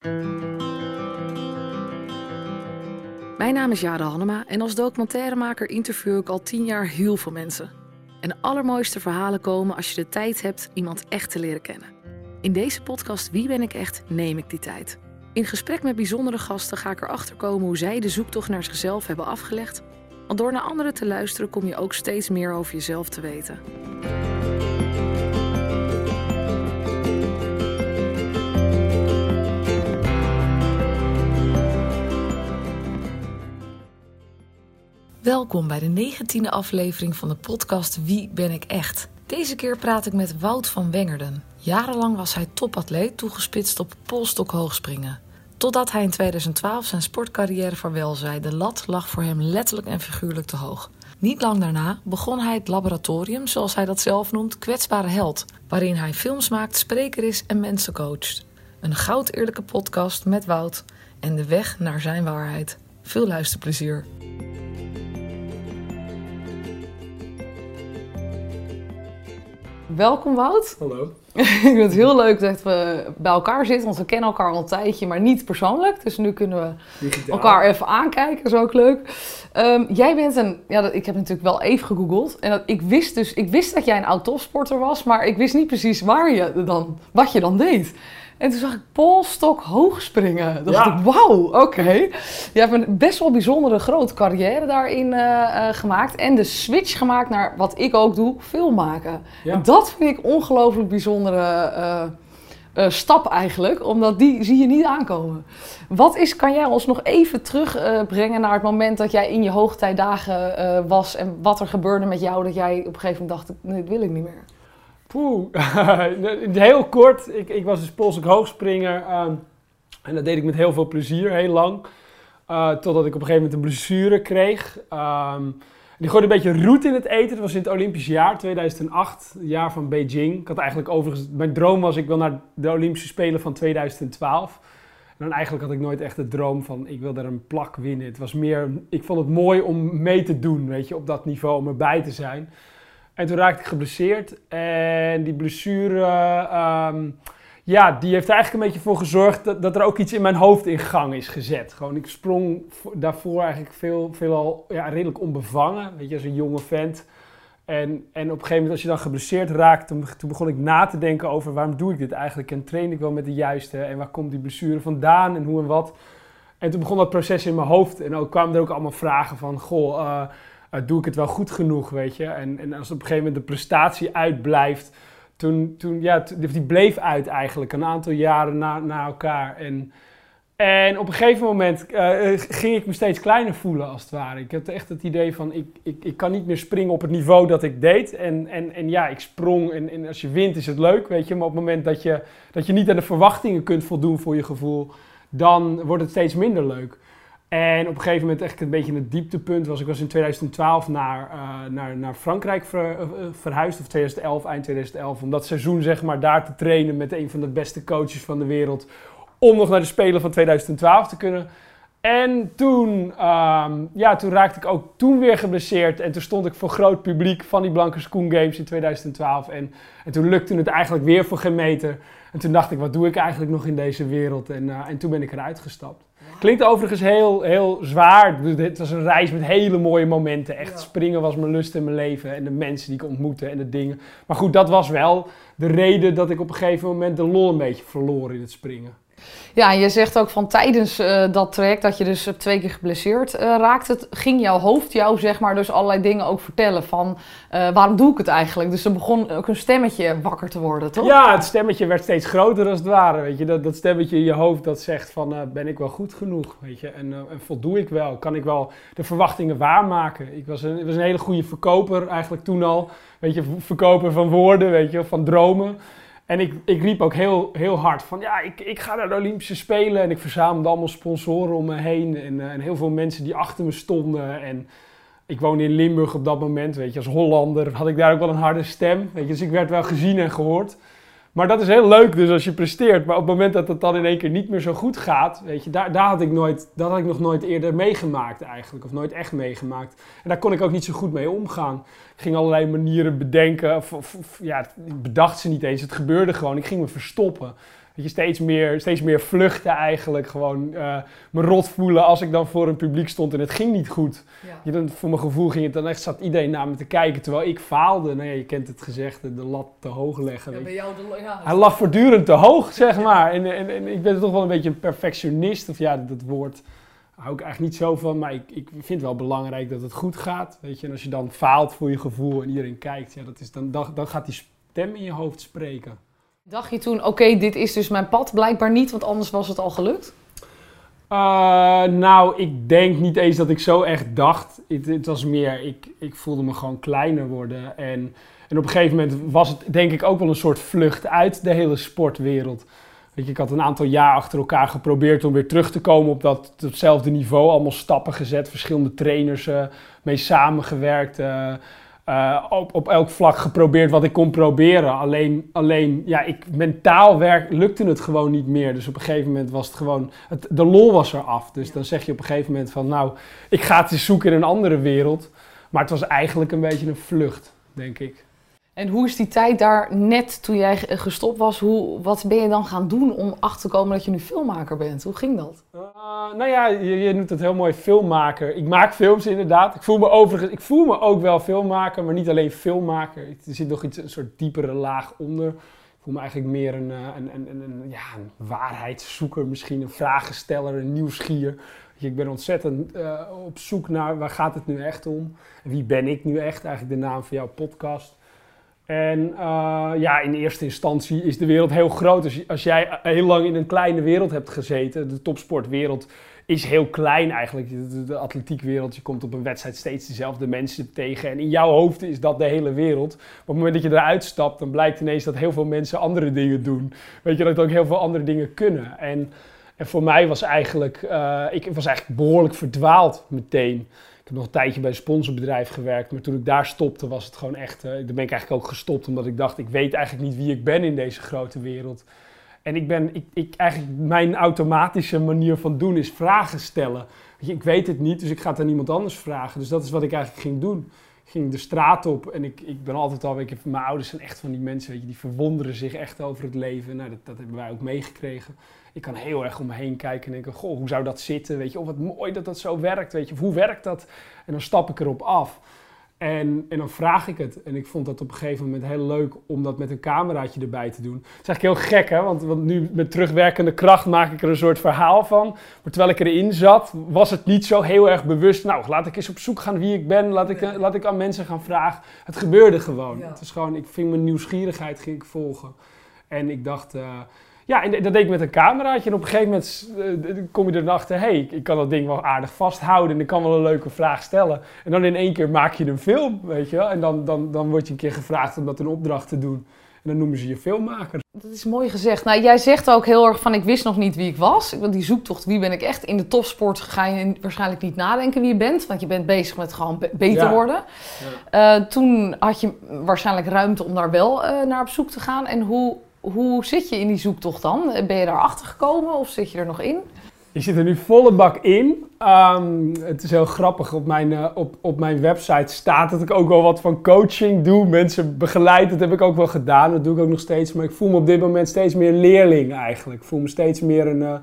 Mijn naam is Jade Hannema en als documentairemaker interview ik al 10 jaar heel veel mensen. En de allermooiste verhalen komen als je de tijd hebt iemand echt te leren kennen. In deze podcast Wie ben ik echt, neem ik die tijd. In gesprek met bijzondere gasten ga ik erachter komen hoe zij de zoektocht naar zichzelf hebben afgelegd. Want door naar anderen te luisteren kom je ook steeds meer over jezelf te weten. Welkom bij de 19e aflevering van de podcast Wie ben ik echt? Deze keer praat ik met Wout van Wengerden. Jarenlang was hij topatleet toegespitst op polstok hoogspringen. Totdat hij in 2012 zijn sportcarrière vaarwel zei. De lat lag voor hem letterlijk en figuurlijk te hoog. Niet lang daarna begon hij het laboratorium, zoals hij dat zelf noemt, Kwetsbare Held. Waarin hij films maakt, spreker is en mensen coacht. Een goudeerlijke podcast met Wout en de weg naar zijn waarheid. Veel luisterplezier. Welkom Wout. Hallo. Ik vind het heel leuk dat we bij elkaar zitten, want we kennen elkaar al een tijdje, maar niet persoonlijk. Dus nu kunnen we elkaar even aankijken, dat is ook leuk. Jij bent ik heb natuurlijk wel even gegoogeld. En ik wist dat jij een oud topsporter was, maar ik wist niet precies wat je dan deed. En toen zag ik polstok hoogspringen. Toen dacht ik, wauw, oké. Je hebt een best wel bijzondere grote carrière daarin gemaakt. En de switch gemaakt naar wat ik ook doe, filmmaken. Ja. En dat vind ik een ongelooflijk bijzondere stap eigenlijk. Omdat die zie je niet aankomen. Kan jij ons nog even terugbrengen naar het moment dat jij in je hoogtijdagen was. En wat er gebeurde met jou dat jij op een gegeven moment dacht, nee, dit wil ik niet meer. Heel kort. Ik was dus polstok hoogspringer en dat deed ik met heel veel plezier, heel lang. Totdat ik op een gegeven moment een blessure kreeg. Die gooide een beetje roet in het eten. Dat was in het Olympisch jaar, 2008, het jaar van Beijing. Ik had eigenlijk overigens, mijn droom was ik wil naar de Olympische Spelen van 2012. En dan eigenlijk had ik nooit echt de droom van ik wil daar een plak winnen. Het was meer, ik vond het mooi om mee te doen, weet je, op dat niveau, om erbij te zijn. En toen raakte ik geblesseerd en die blessure, die heeft er eigenlijk een beetje voor gezorgd dat er ook iets in mijn hoofd in gang is gezet. Gewoon, ik sprong daarvoor eigenlijk veelal redelijk onbevangen, weet je, als een jonge vent. En op een gegeven moment als je dan geblesseerd raakt, toen begon ik na te denken over waarom doe ik dit eigenlijk en train ik wel met de juiste en waar komt die blessure vandaan en hoe en wat. En toen begon dat proces in mijn hoofd en ook kwamen er ook allemaal vragen van, doe ik het wel goed genoeg, weet je? En als op een gegeven moment de prestatie uitblijft, die bleef uit eigenlijk, een aantal jaren na elkaar. En op een gegeven moment ging ik me steeds kleiner voelen, als het ware. Ik had echt het idee van, ik kan niet meer springen op het niveau dat ik deed. En ik sprong en als je wint is het leuk, weet je. Maar op het moment dat je niet aan de verwachtingen kunt voldoen voor je gevoel, dan wordt het steeds minder leuk. En op een gegeven moment echt een beetje een dieptepunt was. Ik was in 2012 naar Frankrijk verhuisd, of 2011, eind 2011. Om dat seizoen zeg maar daar te trainen met een van de beste coaches van de wereld. Om nog naar de Spelen van 2012 te kunnen. En toen raakte ik ook weer geblesseerd. En toen stond ik voor groot publiek van die Blankers-Koen Games in 2012. En toen lukte het eigenlijk weer voor geen meter. En toen dacht ik, wat doe ik eigenlijk nog in deze wereld? En toen ben ik eruit gestapt. Klinkt overigens heel, heel zwaar. Het was een reis met hele mooie momenten. Echt, springen was mijn lust in mijn leven. En de mensen die ik ontmoette en de dingen. Maar goed, dat was wel de reden dat ik op een gegeven moment de lol een beetje verloor in het springen. Ja, en je zegt ook van tijdens dat traject dat je dus 2 keer geblesseerd raakte, ging jouw hoofd jou zeg maar dus allerlei dingen ook vertellen van waarom doe ik het eigenlijk? Dus er begon ook een stemmetje wakker te worden, toch? Ja, het stemmetje werd steeds groter als het ware, weet je. Dat stemmetje in je hoofd dat zegt van ben ik wel goed genoeg, weet je. En voldoe ik wel? Kan ik wel de verwachtingen waarmaken? Ik was een hele goede verkoper eigenlijk toen al, weet je, verkoper van woorden, weet je, van dromen. En ik riep ook heel, heel hard van, ik ga naar de Olympische Spelen. En ik verzamelde allemaal sponsoren om me heen. En heel veel mensen die achter me stonden. En ik woonde in Limburg op dat moment, weet je. Als Hollander had ik daar ook wel een harde stem. Weet je, dus ik werd wel gezien en gehoord. Maar dat is heel leuk dus als je presteert. Maar op het moment dat het dan in één keer niet meer zo goed gaat, weet je, daar had ik nog nooit eerder meegemaakt eigenlijk. Of nooit echt meegemaakt. En daar kon ik ook niet zo goed mee omgaan. Ik ging allerlei manieren bedenken. Ik bedacht ze niet eens. Het gebeurde gewoon. Ik ging me verstoppen. Weet je, steeds meer vluchten eigenlijk. Gewoon me rot voelen als ik dan voor een publiek stond en het ging niet goed. Ja. Voor mijn gevoel ging het dan echt, zat iedereen naar me te kijken terwijl ik faalde. Nou ja, je kent het gezegde, de lat te hoog leggen. Ja, bij jou hij lag voortdurend te hoog, zeg maar. En ik ben toch wel een beetje een perfectionist. Of ja, dat woord hou ik eigenlijk niet zo van. Maar ik vind het wel belangrijk dat het goed gaat. Weet je, en als je dan faalt voor je gevoel en iedereen kijkt, ja, dat is dan gaat die stem in je hoofd spreken. Dacht je toen, oké, dit is dus mijn pad? Blijkbaar niet, want anders was het al gelukt? Nou, ik denk niet eens dat ik zo echt dacht. Het was meer, ik voelde me gewoon kleiner worden. En op een gegeven moment was het denk ik ook wel een soort vlucht uit de hele sportwereld. Weet je, ik had een aantal jaar achter elkaar geprobeerd om weer terug te komen op datzelfde niveau. Allemaal stappen gezet, verschillende trainers mee samengewerkt. Op elk vlak geprobeerd wat ik kon proberen. Alleen ja, mentaal lukte het gewoon niet meer. Dus op een gegeven moment was het gewoon, de lol was er af. Dus dan zeg je op een gegeven moment van, nou, ik ga het eens zoeken in een andere wereld. Maar het was eigenlijk een beetje een vlucht, denk ik. En hoe is die tijd daar net toen jij gestopt was, wat ben je dan gaan doen om achter te komen dat je nu filmmaker bent? Hoe ging dat? Nou ja, je noemt het heel mooi filmmaker. Ik maak films inderdaad. Ik voel me ook wel filmmaker, maar niet alleen filmmaker. Er zit nog een soort diepere laag onder. Ik voel me eigenlijk meer een waarheidszoeker misschien, een vragensteller, een nieuwsgier. Ik ben ontzettend op zoek naar waar gaat het nu echt om? En wie ben ik nu echt? Eigenlijk de naam van jouw podcast. En in eerste instantie is de wereld heel groot. Dus als jij heel lang in een kleine wereld hebt gezeten, de topsportwereld is heel klein eigenlijk. De atletiekwereld, je komt op een wedstrijd steeds dezelfde mensen tegen. En in jouw hoofd is dat de hele wereld. Maar op het moment dat je eruit stapt, dan blijkt ineens dat heel veel mensen andere dingen doen. Weet je, dat ook heel veel andere dingen kunnen. En voor mij was ik was eigenlijk behoorlijk verdwaald meteen. Ik heb nog een tijdje bij een sponsorbedrijf gewerkt, maar toen ik daar stopte was het gewoon echt... daar ben ik eigenlijk ook gestopt, omdat ik dacht, ik weet eigenlijk niet wie ik ben in deze grote wereld. En eigenlijk mijn automatische manier van doen is vragen stellen. Weet je, ik weet het niet, dus ik ga het aan iemand anders vragen. Dus dat is wat ik eigenlijk ging doen. Ik ging de straat op en ik ben altijd al... Mijn ouders zijn echt van die mensen, weet je, die verwonderen zich echt over het leven. Nou, dat hebben wij ook meegekregen. Ik kan heel erg om me heen kijken en denken, goh, hoe zou dat zitten? Weet je, wat mooi dat dat zo werkt, weet je, of hoe werkt dat? En dan stap ik erop af. En dan vraag ik het. En ik vond dat op een gegeven moment heel leuk om dat met een cameraatje erbij te doen. Het is eigenlijk heel gek, hè? Want nu met terugwerkende kracht maak ik er een soort verhaal van. Maar terwijl ik erin zat, was het niet zo heel erg bewust. Nou, laat ik eens op zoek gaan wie ik ben. Laat ik aan mensen gaan vragen. Het gebeurde gewoon. Ja. Het is gewoon, ik ving mijn nieuwsgierigheid ging ik volgen. En ik dacht... en dat deed ik met een cameraatje. En op een gegeven moment kom je erachter... hey, ik kan dat ding wel aardig vasthouden... en ik kan wel een leuke vraag stellen. En dan in één keer maak je een film, weet je wel. En dan word je een keer gevraagd om dat een opdracht te doen. En dan noemen ze je filmmaker. Dat is mooi gezegd. Nou, jij zegt ook heel erg van... ik wist nog niet wie ik was. Want die zoektocht, wie ben ik echt? In de topsport ga je waarschijnlijk niet nadenken wie je bent. Want je bent bezig met gewoon beter worden. Ja. Toen had je waarschijnlijk ruimte om daar wel naar op zoek te gaan. En hoe zit je in die zoektocht dan? Ben je daar achter gekomen of zit je er nog in? Ik zit er nu volle bak in. Het is heel grappig. Op mijn website staat dat ik ook wel wat van coaching doe. Mensen begeleid, dat heb ik ook wel gedaan. Dat doe ik ook nog steeds. Maar ik voel me op dit moment steeds meer leerling eigenlijk. Ik voel me steeds meer een...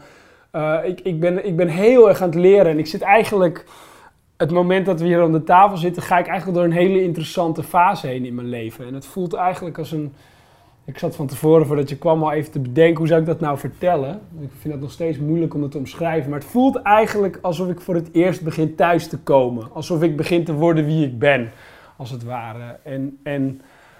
Ik ben heel erg aan het leren. En ik zit eigenlijk... Het moment dat we hier aan de tafel zitten... ga ik eigenlijk door een hele interessante fase heen in mijn leven. En het voelt eigenlijk als een... Ik zat van tevoren, voordat je kwam, al even te bedenken, hoe zou ik dat nou vertellen? Ik vind het nog steeds moeilijk om het te omschrijven, maar het voelt eigenlijk alsof ik voor het eerst begin thuis te komen. Alsof ik begin te worden wie ik ben, als het ware. En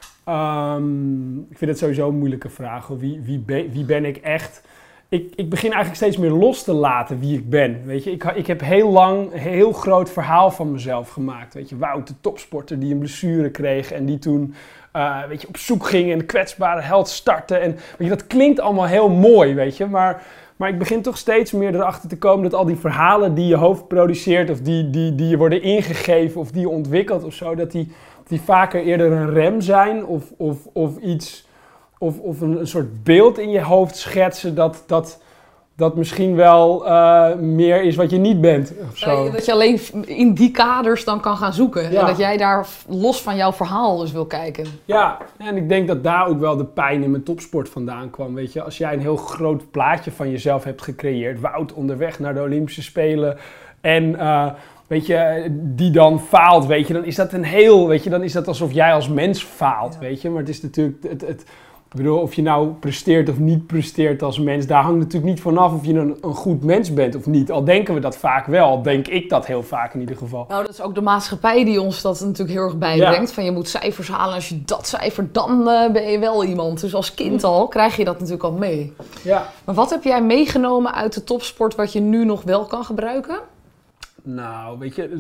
ik vind het sowieso een moeilijke vraag. Wie ben ik echt? Ik begin eigenlijk steeds meer los te laten wie ik ben. Weet je? Ik heb heel lang een heel groot verhaal van mezelf gemaakt. Weet je? Wout, de topsporter die een blessure kreeg en die toen op zoek ging en de kwetsbare held startte. En, weet je, dat klinkt allemaal heel mooi, weet je. Maar ik begin toch steeds meer erachter te komen dat al die verhalen die je hoofd produceert of die je worden ingegeven of die je ontwikkelt of zo, dat die vaker eerder een rem zijn of iets... Of een soort beeld in je hoofd schetsen dat misschien wel meer is wat je niet bent. Of zo. Dat je alleen in die kaders dan kan gaan zoeken. Ja. En dat jij daar los van jouw verhaal dus wil kijken. Ja, en ik denk dat daar ook wel de pijn in mijn topsport vandaan kwam. Weet je, als jij een heel groot plaatje van jezelf hebt gecreëerd, Wout onderweg naar de Olympische Spelen en weet je, die dan faalt, weet je, dan is dat dan is dat alsof jij als mens faalt, weet je. Maar het is natuurlijk ik bedoel, of je nou presteert of niet presteert als mens, daar hangt natuurlijk niet vanaf of je een goed mens bent of niet. Al denken we dat vaak wel, al denk ik dat heel vaak in ieder geval. Nou, dat is ook de maatschappij die ons dat natuurlijk heel erg bijbrengt. Ja. Van je moet cijfers halen, als je dat cijfert, dan ben je wel iemand. Dus als kind al krijg je dat natuurlijk al mee. Ja. Maar wat heb jij meegenomen uit de topsport wat je nu nog wel kan gebruiken? Nou, weet je,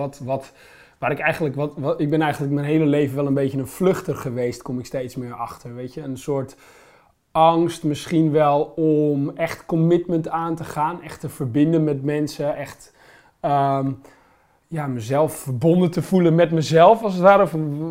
ik ben eigenlijk mijn hele leven wel een beetje een vluchter geweest, kom ik steeds meer achter, weet je. Een soort angst misschien wel om echt commitment aan te gaan, echt te verbinden met mensen, echt mezelf verbonden te voelen met mezelf, als het ware.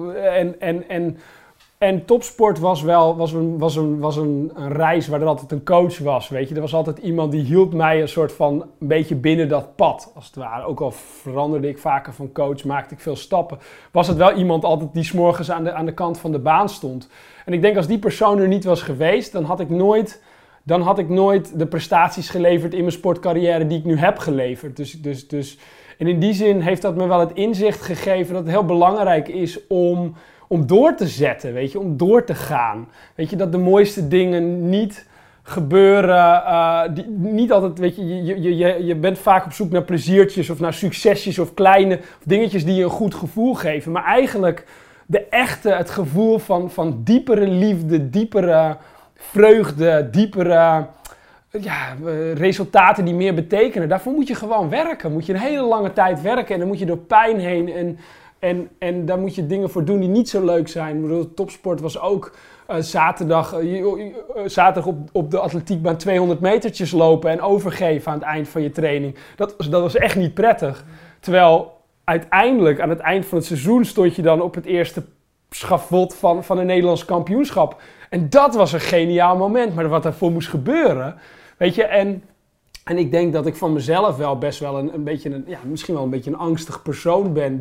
En topsport was een reis waar er altijd een coach was, weet je. Er was altijd iemand die hield mij een beetje binnen dat pad, als het ware. Ook al veranderde ik vaker van coach, maakte ik veel stappen. Was het wel iemand altijd die 's morgens aan de kant van de baan stond. En ik denk als die persoon er niet was geweest, dan had ik nooit de prestaties geleverd in mijn sportcarrière die ik nu heb geleverd. En in die zin heeft dat me wel het inzicht gegeven dat het heel belangrijk is om door te zetten, weet je, om door te gaan. Weet je, dat de mooiste dingen niet gebeuren, niet altijd, weet je bent vaak op zoek naar pleziertjes of naar succesjes of kleine dingetjes die je een goed gevoel geven. Maar eigenlijk het gevoel van diepere liefde, diepere vreugde, diepere resultaten die meer betekenen. Daarvoor moet je gewoon werken, moet je een hele lange tijd werken en dan moet je door pijn heen en daar moet je dingen voor doen die niet zo leuk zijn. Ik bedoel, topsport was ook zaterdag op de atletiekbaan 200 metertjes lopen en overgeven aan het eind van je training. Dat was echt niet prettig. Terwijl uiteindelijk, aan het eind van het seizoen, stond je dan op het eerste schavot van een Nederlands kampioenschap. En dat was een geniaal moment, maar wat daarvoor moest gebeuren, weet je, en ik denk dat ik van mezelf wel best wel misschien wel een beetje een angstig persoon ben,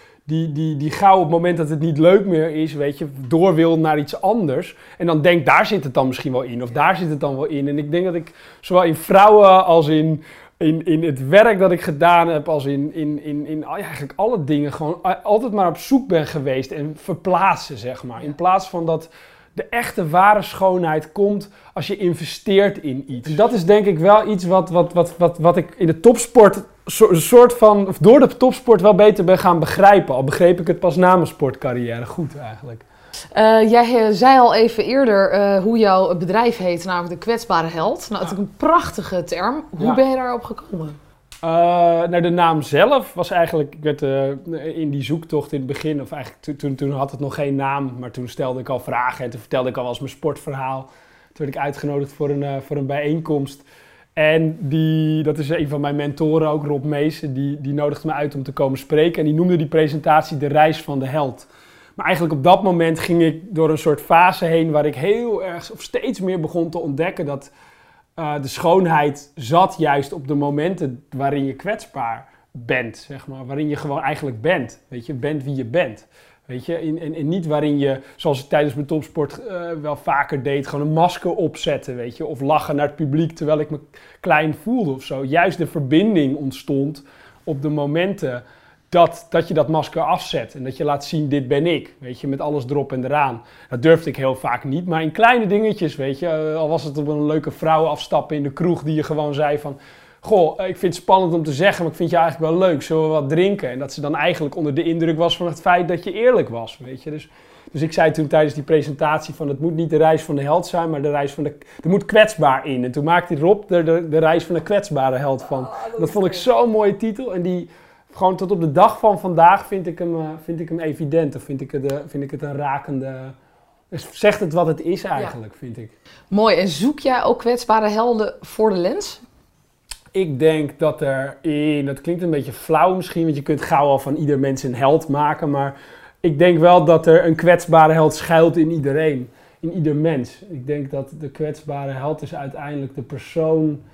die gauw op het moment dat het niet leuk meer is, weet je, door wil naar iets anders. En dan denkt, daar zit het dan misschien wel in, of daar zit het dan wel in. En ik denk dat ik zowel in vrouwen als in het werk dat ik gedaan heb, als in eigenlijk alle dingen, gewoon altijd maar op zoek ben geweest en verplaatsen, zeg maar. In plaats van dat de echte ware schoonheid komt als je investeert in iets. En dat is denk ik wel iets wat ik in de topsport door de topsport wel beter ben gaan begrijpen. Al begreep ik het pas na mijn sportcarrière goed eigenlijk. Jij zei al even eerder hoe jouw bedrijf heet, namelijk de Kwetsbare Held. Nou, dat is een prachtige term. Hoe ben je daarop gekomen? Nou, de naam zelf was eigenlijk, ik werd in die zoektocht in het begin, of eigenlijk toen had het nog geen naam, maar toen stelde ik al vragen en toen vertelde ik al als mijn sportverhaal. Toen werd ik uitgenodigd voor een bijeenkomst. En dat is een van mijn mentoren, ook Rob Meesen, die nodigde me uit om te komen spreken. En die noemde die presentatie de reis van de held. Maar eigenlijk op dat moment ging ik door een soort fase heen waar ik heel erg, of steeds meer begon te ontdekken dat de schoonheid zat juist op de momenten waarin je kwetsbaar bent, zeg maar. Waarin je gewoon eigenlijk bent, weet je, bent wie je bent. Weet je, en niet waarin je, zoals ik tijdens mijn topsport wel vaker deed, gewoon een masker opzetten, weet je. Of lachen naar het publiek terwijl ik me klein voelde of zo. Juist de verbinding ontstond op de momenten dat je dat masker afzet. En dat je laat zien, dit ben ik, weet je, met alles erop en eraan. Dat durfde ik heel vaak niet, maar in kleine dingetjes, weet je. Al was het op een leuke vrouw afstappen in de kroeg die je gewoon zei van, goh, ik vind het spannend om te zeggen, maar ik vind je eigenlijk wel leuk. Zullen we wat drinken? En dat ze dan eigenlijk onder de indruk was van het feit dat je eerlijk was, weet je. Dus ik zei toen tijdens die presentatie van, het moet niet de reis van de held zijn, maar de reis van er moet kwetsbaar in. En toen maakte Rob er de reis van de kwetsbare held van. Dat vond ik zo'n mooie titel. En die, gewoon tot op de dag van vandaag vind ik hem evident. Of vind ik het een rakende. Zegt het wat het is eigenlijk, vind ik. Mooi. En zoek jij ook kwetsbare helden voor de lens? Ik denk dat dat klinkt een beetje flauw misschien, want je kunt gauw al van ieder mens een held maken, maar ik denk wel dat er een kwetsbare held schuilt in iedereen, in ieder mens. Ik denk dat de kwetsbare held is uiteindelijk de persoon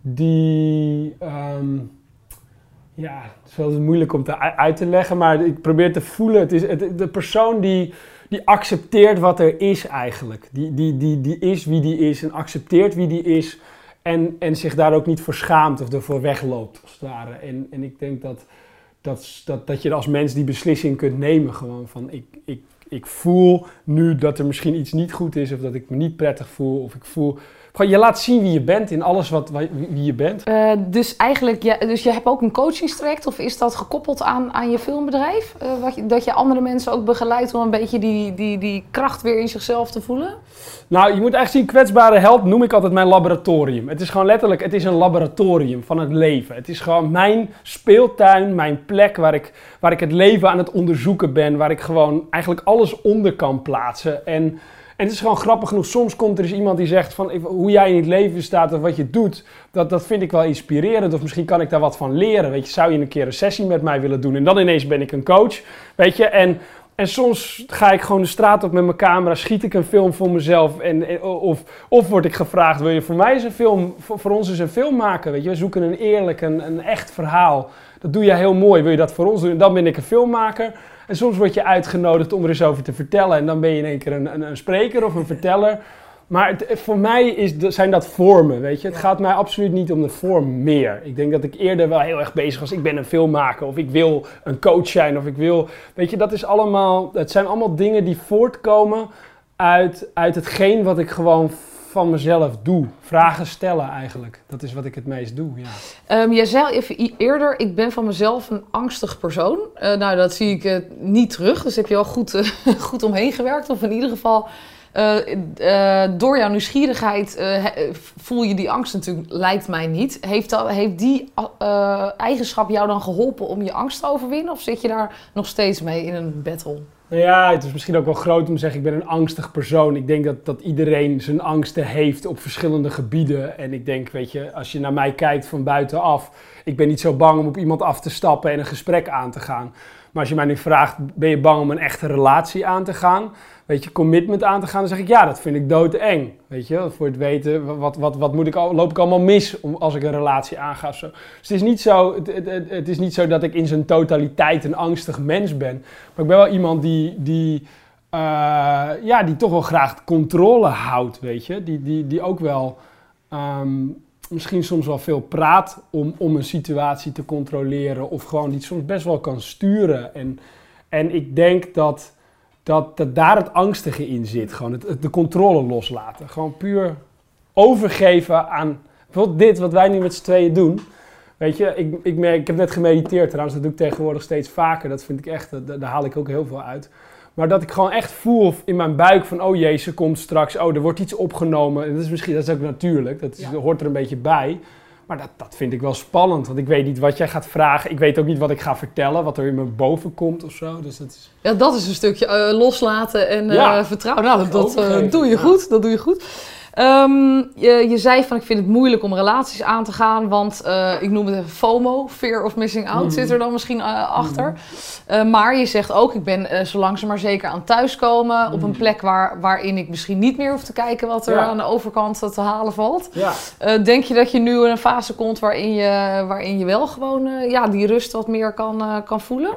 ja, het is wel moeilijk om uit te leggen, maar ik probeer te voelen. Het is de persoon die accepteert wat er is eigenlijk. Die is wie die is en accepteert wie die is en zich daar ook niet voor schaamt of ervoor wegloopt, als het ware. En ik denk dat je als mens die beslissing kunt nemen gewoon van ik voel nu dat er misschien iets niet goed is of dat ik me niet prettig voel of ik voel... Gewoon, je laat zien wie je bent in alles wie je bent. Dus eigenlijk, dus je hebt ook een coachingstraject of is dat gekoppeld aan je filmbedrijf? Dat je andere mensen ook begeleidt om een beetje die kracht weer in zichzelf te voelen? Nou, je moet echt zien, kwetsbare held noem ik altijd mijn laboratorium. Het is gewoon letterlijk, het is een laboratorium van het leven. Het is gewoon mijn speeltuin, mijn plek waar ik het leven aan het onderzoeken ben. Waar ik gewoon eigenlijk alles onder kan plaatsen. En het is gewoon grappig genoeg, soms komt er eens iemand die zegt van hoe jij in het leven staat of wat je doet, dat vind ik wel inspirerend of misschien kan ik daar wat van leren. Weet je, zou je een keer een sessie met mij willen doen en dan ineens ben ik een coach, weet je. En soms ga ik gewoon de straat op met mijn camera, schiet ik een film voor mezelf of word ik gevraagd, wil je voor mij eens een film, voor ons eens een film maken, weet je. We zoeken een eerlijk, een echt verhaal. Dat doe je heel mooi, wil je dat voor ons doen? En dan ben ik een filmmaker. En soms word je uitgenodigd om er eens over te vertellen. En dan ben je in één keer een spreker of een verteller. Maar voor mij zijn dat vormen, weet je. Het gaat mij absoluut niet om de vorm meer. Ik denk dat ik eerder wel heel erg bezig was. Ik ben een filmmaker of ik wil een coach zijn of ik wil... Weet je, het zijn allemaal dingen die voortkomen uit hetgeen wat ik gewoon van mezelf doe. Vragen stellen eigenlijk. Dat is wat ik het meest doe, ja. Je zei even eerder, ik ben van mezelf een angstig persoon. Nou, dat zie ik niet terug. Dus heb je wel goed omheen gewerkt. Of in ieder geval, door jouw nieuwsgierigheid voel je die angst natuurlijk, lijkt mij niet. Heeft die eigenschap jou dan geholpen om je angst te overwinnen? Of zit je daar nog steeds mee in een battle? Nou ja, het is misschien ook wel groot om te zeggen, ik ben een angstig persoon. Ik denk dat iedereen zijn angsten heeft op verschillende gebieden. En ik denk, weet je, als je naar mij kijkt van buitenaf, ik ben niet zo bang om op iemand af te stappen en een gesprek aan te gaan. Maar als je mij nu vraagt, ben je bang om een echte relatie aan te gaan? Weet je, commitment aan te gaan, dan zeg ik ja, dat vind ik doodeng. Weet je, voor het weten, loop ik allemaal mis als ik een relatie aanga of zo. Dus het is niet zo dat ik in zijn totaliteit een angstig mens ben. Maar ik ben wel iemand die toch wel graag controle houdt, weet je. Die ook wel misschien soms wel veel praat om een situatie te controleren. Of gewoon die soms best wel kan sturen. En ik denk dat daar het angstige in zit. Gewoon de controle loslaten. Gewoon puur overgeven aan bijvoorbeeld dit wat wij nu met z'n tweeën doen. Weet je, ik heb net gemediteerd trouwens. Dat doe ik tegenwoordig steeds vaker. Dat vind ik echt, daar haal ik ook heel veel uit. Maar dat ik gewoon echt voel in mijn buik van oh jee, ze komt straks. Oh, er wordt iets opgenomen. En dat is ook natuurlijk. Dat hoort er een beetje bij. Maar dat vind ik wel spannend, want ik weet niet wat jij gaat vragen. Ik weet ook niet wat ik ga vertellen, wat er in me boven komt of zo. Dus dat is... Ja, dat is een stukje loslaten en vertrouwen. Nou, dat doe je goed, dat doe je goed. Je zei van ik vind het moeilijk om relaties aan te gaan, want ik noem het even FOMO, Fear of Missing Out, zit er dan misschien achter. Maar je zegt ook, ik ben zo langzaam maar zeker aan thuiskomen op een plek waarin ik misschien niet meer hoef te kijken wat er aan de overkant te halen valt. Ja. Denk je dat je nu in een fase komt waarin je wel gewoon die rust wat meer kan voelen?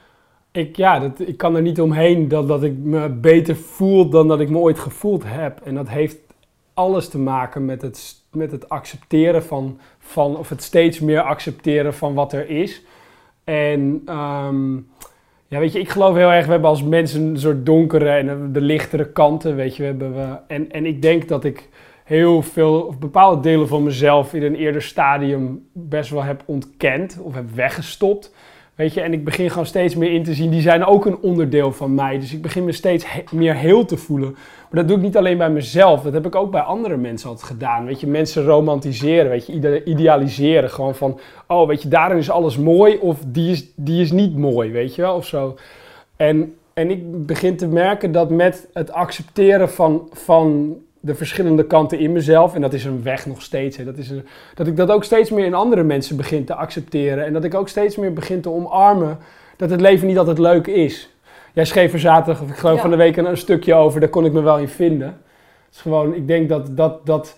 Ik kan er niet omheen dat ik me beter voel dan dat ik me ooit gevoeld heb. En dat heeft alles te maken met het accepteren van of het steeds meer accepteren van wat er is. En weet je, ik geloof heel erg, we hebben als mensen een soort donkere en de lichtere kanten, weet je. En ik denk dat ik heel veel, of bepaalde delen van mezelf in een eerder stadium best wel heb ontkend of heb weggestopt. Weet je, en ik begin gewoon steeds meer in te zien, die zijn ook een onderdeel van mij. Dus ik begin me steeds meer heel te voelen. Maar dat doe ik niet alleen bij mezelf, dat heb ik ook bij andere mensen altijd gedaan. Weet je, mensen romantiseren, weet je, idealiseren. Gewoon van, oh, weet je, daarin is alles mooi of die is niet mooi, weet je wel, of zo. En ik begin te merken dat met het accepteren van de verschillende kanten in mezelf, en dat is een weg nog steeds, hè, dat ik dat ook steeds meer in andere mensen begin te accepteren. En dat ik ook steeds meer begin te omarmen dat het leven niet altijd leuk is. Jij schreef er zaterdag, of ik geloof van de week een stukje over, daar kon ik me wel in vinden. Het is gewoon, ik denk dat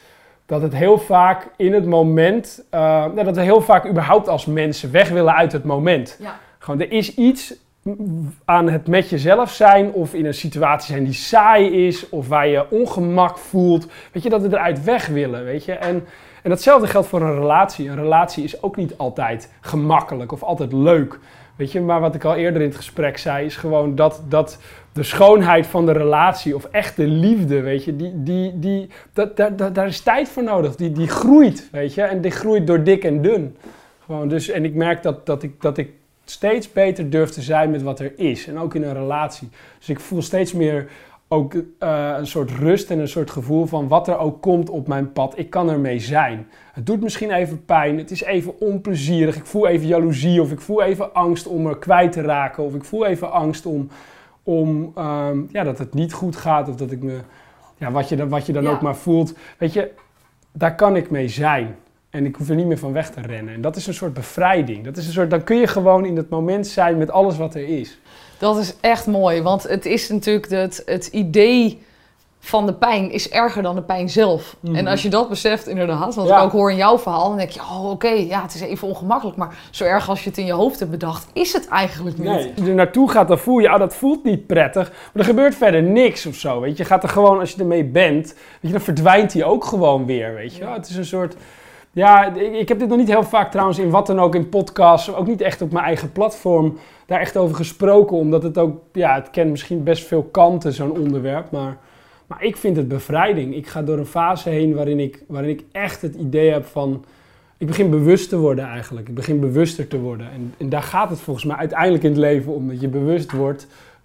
dat het heel vaak in het moment, dat we heel vaak überhaupt als mensen weg willen uit het moment. Ja. Gewoon, er is iets aan het met jezelf zijn of in een situatie zijn die saai is of waar je ongemak voelt. Weet je, dat we eruit weg willen, weet je. En datzelfde geldt voor een relatie. Een relatie is ook niet altijd gemakkelijk of altijd leuk. Weet je, maar wat ik al eerder in het gesprek zei, is gewoon dat de schoonheid van de relatie of echte liefde, weet je, daar is tijd voor nodig. Die groeit, weet je, en die groeit door dik en dun. Gewoon dus, en ik merk dat ik steeds beter durf te zijn met wat er is. En ook in een relatie. Dus ik voel steeds meer ook een soort rust en een soort gevoel van wat er ook komt op mijn pad. Ik kan ermee zijn. Het doet misschien even pijn. Het is even onplezierig. Ik voel even jaloezie of ik voel even angst om me kwijt te raken. Of ik voel even angst om dat het niet goed gaat. Of dat ik me... Ja, wat je dan ook maar voelt. Weet je, daar kan ik mee zijn. En ik hoef er niet meer van weg te rennen. En dat is een soort bevrijding. Dat is een soort, dan kun je gewoon in het moment zijn met alles wat er is. Dat is echt mooi, want het is natuurlijk het idee van de pijn is erger dan de pijn zelf. Mm-hmm. En als je dat beseft inderdaad, want ik ook hoor in jouw verhaal, dan denk je, het is even ongemakkelijk, maar zo erg als je het in je hoofd hebt bedacht, is het eigenlijk niet. Nee, als je er naartoe gaat, dan voel je, dat voelt niet prettig, maar er gebeurt verder niks of zo, weet je. Je gaat er gewoon, als je ermee bent, weet je, dan verdwijnt die ook gewoon weer, weet je. Ja. Het is een soort... Ja, ik heb dit nog niet heel vaak trouwens in wat dan ook in podcasts, ook niet echt op mijn eigen platform, daar echt over gesproken. Omdat het ook, het kent misschien best veel kanten, zo'n onderwerp. Maar ik vind het bevrijding. Ik ga door een fase heen waarin ik echt het idee heb van, ik begin bewust te worden eigenlijk. Ik begin bewuster te worden. En daar gaat het volgens mij uiteindelijk in het leven om, dat je bewust wordt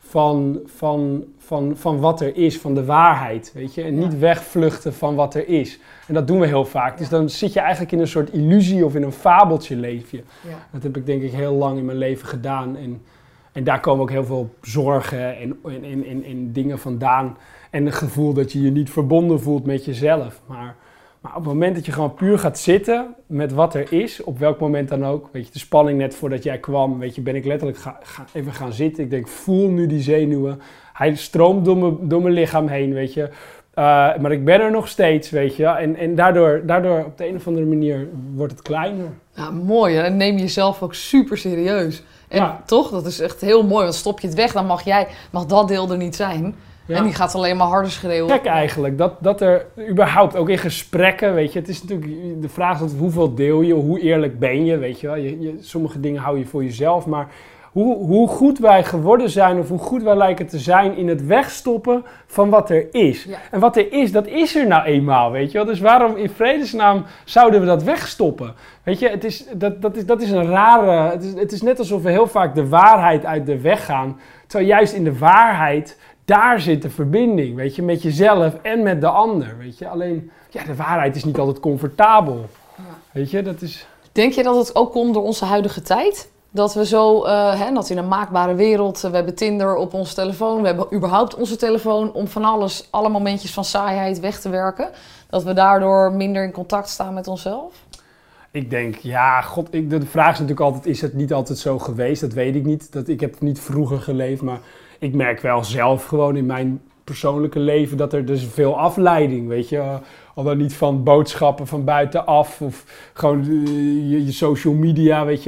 van wat er is, van de waarheid, weet je. En niet wegvluchten van wat er is. En dat doen we heel vaak. Dus dan zit je eigenlijk in een soort illusie of in een fabeltje leef je. Ja. Dat heb ik denk ik heel lang in mijn leven gedaan. En daar komen ook heel veel zorgen en dingen vandaan. En het gevoel dat je je niet verbonden voelt met jezelf. Maar op het moment dat je gewoon puur gaat zitten met wat er is, op welk moment dan ook. Weet je, de spanning net voordat jij kwam, weet je, ben ik letterlijk even gaan zitten. Ik denk, voel nu die zenuwen. Hij stroomt door mijn lichaam heen, weet je. Maar ik ben er nog steeds, weet je. En daardoor op de een of andere manier wordt het kleiner. Ja, mooi. En neem je jezelf ook super serieus. En toch, dat is echt heel mooi. Want stop je het weg, dan mag dat deel er niet zijn. Ja. En die gaat alleen maar harder schreeuwen. Kijk eigenlijk, dat er überhaupt, ook in gesprekken, weet je. Het is natuurlijk, de vraag is hoeveel deel je, hoe eerlijk ben je, weet je wel. Sommige dingen hou je voor jezelf, maar... Hoe goed wij geworden zijn of hoe goed wij lijken te zijn in het wegstoppen van wat er is. Ja. En wat er is, dat is er nou eenmaal, weet je wel. Dus waarom in vredesnaam zouden we dat wegstoppen? Weet je, dat is een rare... Het is net alsof we heel vaak de waarheid uit de weg gaan. Terwijl juist in de waarheid, daar zit de verbinding, weet je. Met jezelf en met de ander, weet je. Alleen, de waarheid is niet altijd comfortabel. Ja. Weet je, dat is... Denk je dat het ook komt door onze huidige tijd? Dat we zo, dat in een maakbare wereld, we hebben Tinder op onze telefoon, we hebben überhaupt onze telefoon om van alles, alle momentjes van saaiheid weg te werken. Dat we daardoor minder in contact staan met onszelf? Ik denk, de vraag is natuurlijk altijd, is het niet altijd zo geweest? Dat weet ik niet. Ik heb niet vroeger geleefd, maar ik merk wel zelf gewoon in mijn persoonlijke leven dat er dus veel afleiding, weet je. Al dan niet van boodschappen van buitenaf of gewoon je social media, weet je.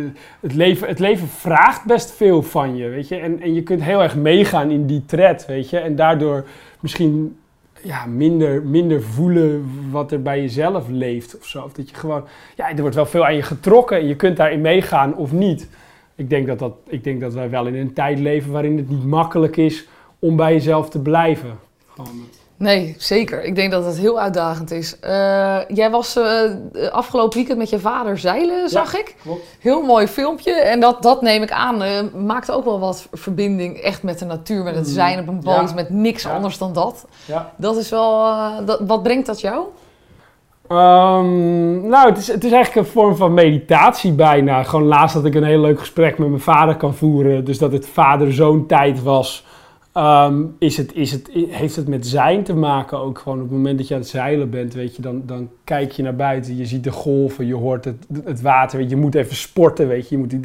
Het leven vraagt best veel van je, weet je. En je kunt heel erg meegaan in die thread, weet je. En daardoor misschien minder voelen wat er bij jezelf leeft of zo. Of dat je gewoon, er wordt wel veel aan je getrokken en je kunt daarin meegaan of niet. Ik denk dat wij wel in een tijd leven waarin het niet makkelijk is om bij jezelf te blijven. Nee, zeker. Ik denk dat het heel uitdagend is. Jij was afgelopen weekend met je vader zeilen, zag ik. Klopt. Heel mooi filmpje. En dat neem ik aan, maakt ook wel wat verbinding echt met de natuur. Met het zijn op een boot, met niks anders dan dat. Ja. Dat is wel... wat brengt dat jou? Het is eigenlijk een vorm van meditatie bijna. Gewoon laatst dat ik een heel leuk gesprek met mijn vader kan voeren. Dus dat het vader-zoon tijd was... heeft het met zijn te maken ook gewoon op het moment dat je aan het zeilen bent, weet je, dan kijk je naar buiten, je ziet de golven, je hoort het water, weet je moet even sporten, weet je moet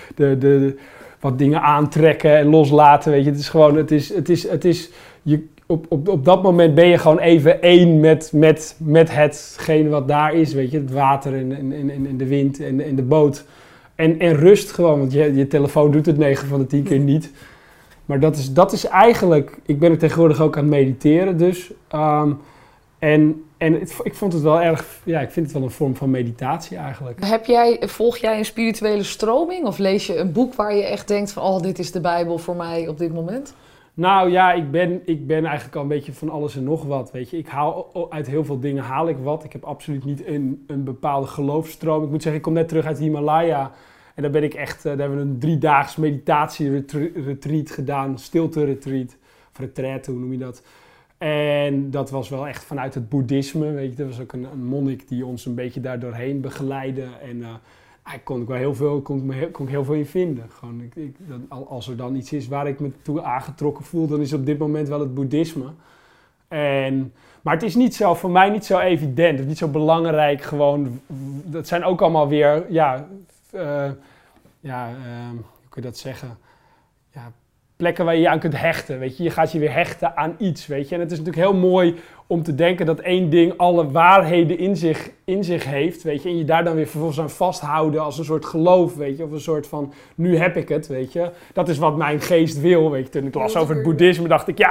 wat dingen aantrekken en loslaten, weet je, het is gewoon, op dat moment ben je gewoon even één met hetgeen wat daar is, weet je. Het water en de wind en de boot. En rust gewoon, want je telefoon doet het 9 van de 10 keer niet. Maar dat is eigenlijk... Ik ben er tegenwoordig ook aan het mediteren dus. Ik vond het wel erg... Ja, ik vind het wel een vorm van meditatie eigenlijk. Volg jij een spirituele stroming? Of lees je een boek waar je echt denkt van... dit is de Bijbel voor mij op dit moment? Nou ja, ik ben eigenlijk al een beetje van alles en nog wat, weet je. Uit heel veel dingen haal ik wat. Ik heb absoluut niet een bepaalde geloofsstroom. Ik moet zeggen, ik kom net terug uit Himalaya. En daar ben ik echt... Daar hebben we een 3-daags meditatie-retreat gedaan. Stilte-retreat. Of retreat, hoe noem je dat? En dat was wel echt vanuit het boeddhisme, weet je. Er was ook een monnik die ons een beetje daar doorheen begeleidde. En kon ik heel veel in vinden. Gewoon, als er dan iets is waar ik me toe aangetrokken voel, dan is het op dit moment wel het boeddhisme. Maar het is niet zo, voor mij niet zo evident. Het is niet zo belangrijk gewoon. Dat zijn ook allemaal weer, hoe kun je dat zeggen? Ja, plekken waar je je aan kunt hechten, weet je. Je gaat je weer hechten aan iets, weet je. En het is natuurlijk heel mooi om te denken dat één ding alle waarheden in zich heeft, weet je. En je daar dan weer vervolgens aan vasthouden als een soort geloof, weet je. Of een soort van, nu heb ik het, weet je. Dat is wat mijn geest wil, weet je. Toen ik las over het boeddhisme, dacht ik,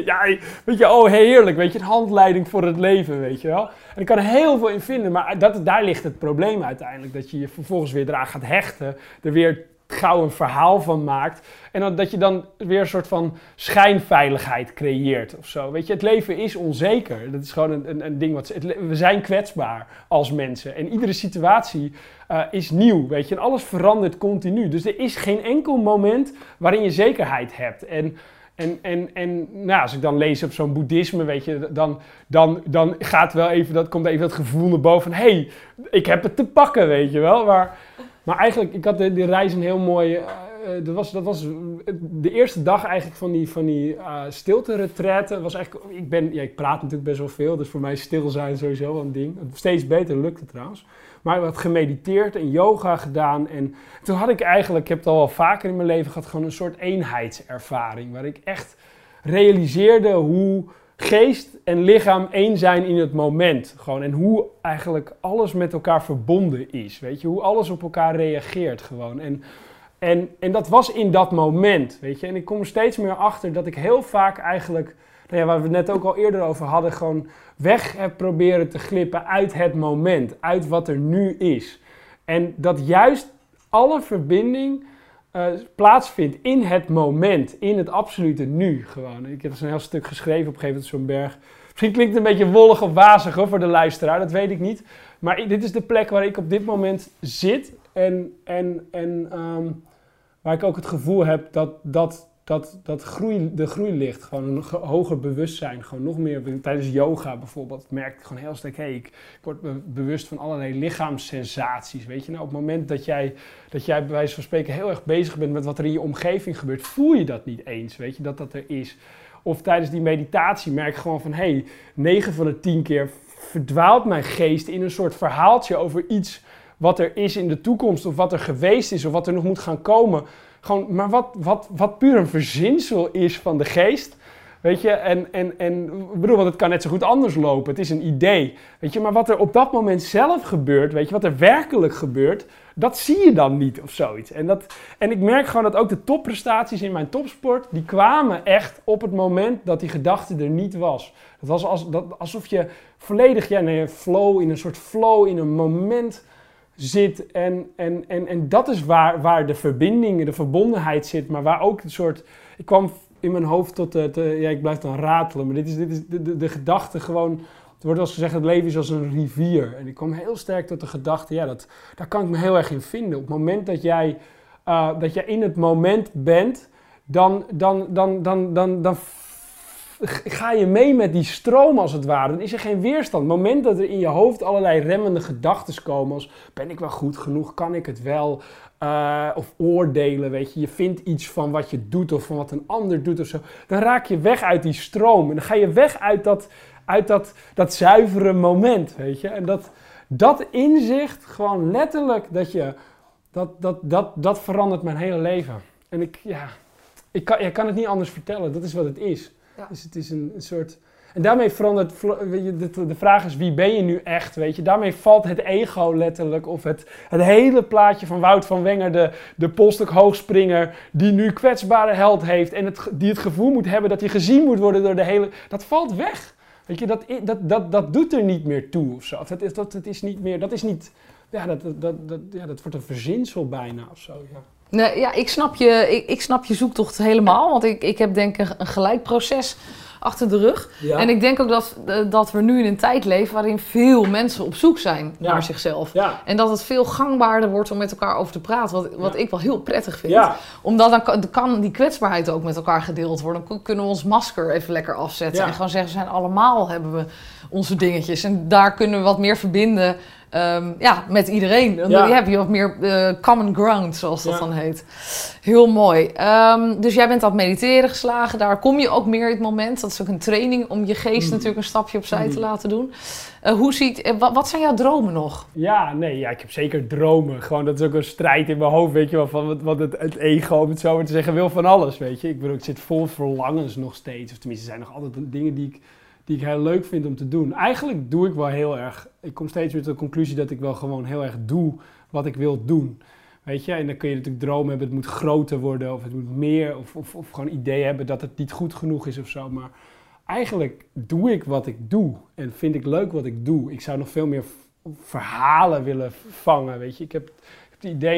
oh heerlijk, weet je. Een handleiding voor het leven, weet je wel. En ik kan er heel veel in vinden, maar daar ligt het probleem uiteindelijk. Dat je je vervolgens weer eraan gaat hechten, er weer gauw een verhaal van maakt. En dat je dan weer een soort van schijnveiligheid creëert of zo. Weet je, het leven is onzeker. Dat is gewoon een ding we zijn kwetsbaar als mensen. En iedere situatie is nieuw, weet je. En alles verandert continu. Dus er is geen enkel moment waarin je zekerheid hebt. Als ik dan lees op zo'n boeddhisme, weet je, dan komt even dat gevoel naar boven van, hey, ik heb het te pakken, weet je wel. Maar eigenlijk, ik had die reis een heel mooi... dat was de eerste dag eigenlijk van die stilte-retraite. Was eigenlijk, ik praat natuurlijk best wel veel, dus voor mij stil zijn sowieso wel een ding. Steeds beter lukt het trouwens. Maar ik had gemediteerd en yoga gedaan. En toen had ik heb het al wel vaker in mijn leven gehad, gewoon een soort eenheidservaring. Waar ik echt realiseerde hoe geest en lichaam één zijn in het moment. Gewoon. En hoe eigenlijk alles met elkaar verbonden is. Weet je, hoe alles op elkaar reageert gewoon. En dat was in dat moment, weet je. En ik kom er steeds meer achter dat ik heel vaak eigenlijk, waar we het net ook al eerder over hadden, gewoon weg heb proberen te glippen uit het moment. Uit wat er nu is. En dat juist alle verbinding plaatsvindt in het moment, in het absolute nu gewoon. Ik heb zo'n heel stuk geschreven op een gegeven moment zo'n berg. Misschien klinkt het een beetje wollig of wazig voor de luisteraar, dat weet ik niet. Maar dit is de plek waar ik op dit moment zit en waar ik ook het gevoel heb dat de groei ligt. Gewoon een hoger bewustzijn. Gewoon nog meer. Tijdens yoga bijvoorbeeld merk ik gewoon heel sterk. Ik word me bewust van allerlei lichaamssensaties. Weet je, nou, op het moment dat jij bij wijze van spreken heel erg bezig bent met wat er in je omgeving gebeurt, voel je dat niet eens. Weet je, dat er is. Of tijdens die meditatie merk ik gewoon van 9 van de 10 keer verdwaalt mijn geest in een soort verhaaltje over iets wat er is in de toekomst, of wat er geweest is, of wat er nog moet gaan komen. Gewoon, maar wat puur een verzinsel is van de geest, weet je, ik bedoel, want het kan net zo goed anders lopen, het is een idee, weet je, maar wat er op dat moment zelf gebeurt, weet je, wat er werkelijk gebeurt, dat zie je dan niet of zoiets. En ik merk gewoon dat ook de topprestaties in mijn topsport, die kwamen echt op het moment dat die gedachte er niet was. Het was alsof je volledig in een flow, in een moment zit en dat is waar de verbinding, de verbondenheid zit, maar waar ook een soort... Ik kwam in mijn hoofd tot ik blijf dan ratelen, maar dit is de gedachte gewoon... Het wordt wel eens gezegd, het leven is als een rivier. En ik kwam heel sterk tot de gedachte, daar kan ik me heel erg in vinden. Op het moment dat jij in het moment bent, dan ga je mee met die stroom als het ware. Dan is er geen weerstand. Op het moment dat er in je hoofd allerlei remmende gedachten komen als, ben ik wel goed genoeg, kan ik het wel, of oordelen, weet je. Je vindt iets van wat je doet of van wat een ander doet of zo. Dan raak je weg uit die stroom en dan ga je weg uit dat zuivere moment, weet je. En dat inzicht, gewoon letterlijk, dat verandert mijn hele leven. En ik kan het niet anders vertellen, dat is wat het is. Ja. Dus het is een soort... En daarmee verandert, weet je, de vraag is wie ben je nu echt, weet je. Daarmee valt het ego letterlijk, of het hele plaatje van Wout van Wenger, de polstok hoogspringer, die nu kwetsbare held heeft en die het gevoel moet hebben dat hij gezien moet worden door de hele... Dat valt weg. Weet je, dat doet er niet meer toe of zo. Dat is niet meer, dat is niet... Ja, dat wordt een verzinsel bijna of zo, ja. Nee, ja, ik snap je zoektocht helemaal, want ik heb denk ik een gelijk proces achter de rug. Ja. En ik denk ook dat we nu in een tijd leven waarin veel mensen op zoek zijn naar zichzelf. Ja. En dat het veel gangbaarder wordt om met elkaar over te praten, wat ik wel heel prettig vind. Ja. Omdat dan kan die kwetsbaarheid ook met elkaar gedeeld worden. Dan kunnen we ons masker even lekker afzetten en gewoon zeggen, hebben we onze dingetjes. En daar kunnen we wat meer verbinden met iedereen. Dan heb je wat meer common ground, zoals dat dan heet. Heel mooi. Dus jij bent aan het mediteren geslagen. Daar kom je ook meer in het moment. Dat is ook een training om je geest natuurlijk een stapje opzij te laten doen. Wat zijn jouw dromen nog? Ik heb zeker dromen. Gewoon, dat is ook een strijd in mijn hoofd, weet je wel. Van wat het ego, om het zo maar te zeggen, wil van alles, weet je. Ik zit vol verlangens nog steeds. Of tenminste, er zijn nog altijd dingen die ik heel leuk vind om te doen. Eigenlijk doe ik wel heel erg... Ik kom steeds weer tot de conclusie dat ik wel gewoon heel erg doe wat ik wil doen. Weet je? En dan kun je natuurlijk dromen hebben, het moet groter worden of het moet meer. Of gewoon ideeën hebben dat het niet goed genoeg is of zo. Maar eigenlijk doe ik wat ik doe. En vind ik leuk wat ik doe. Ik zou nog veel meer verhalen willen vangen, weet je. Ik heb het idee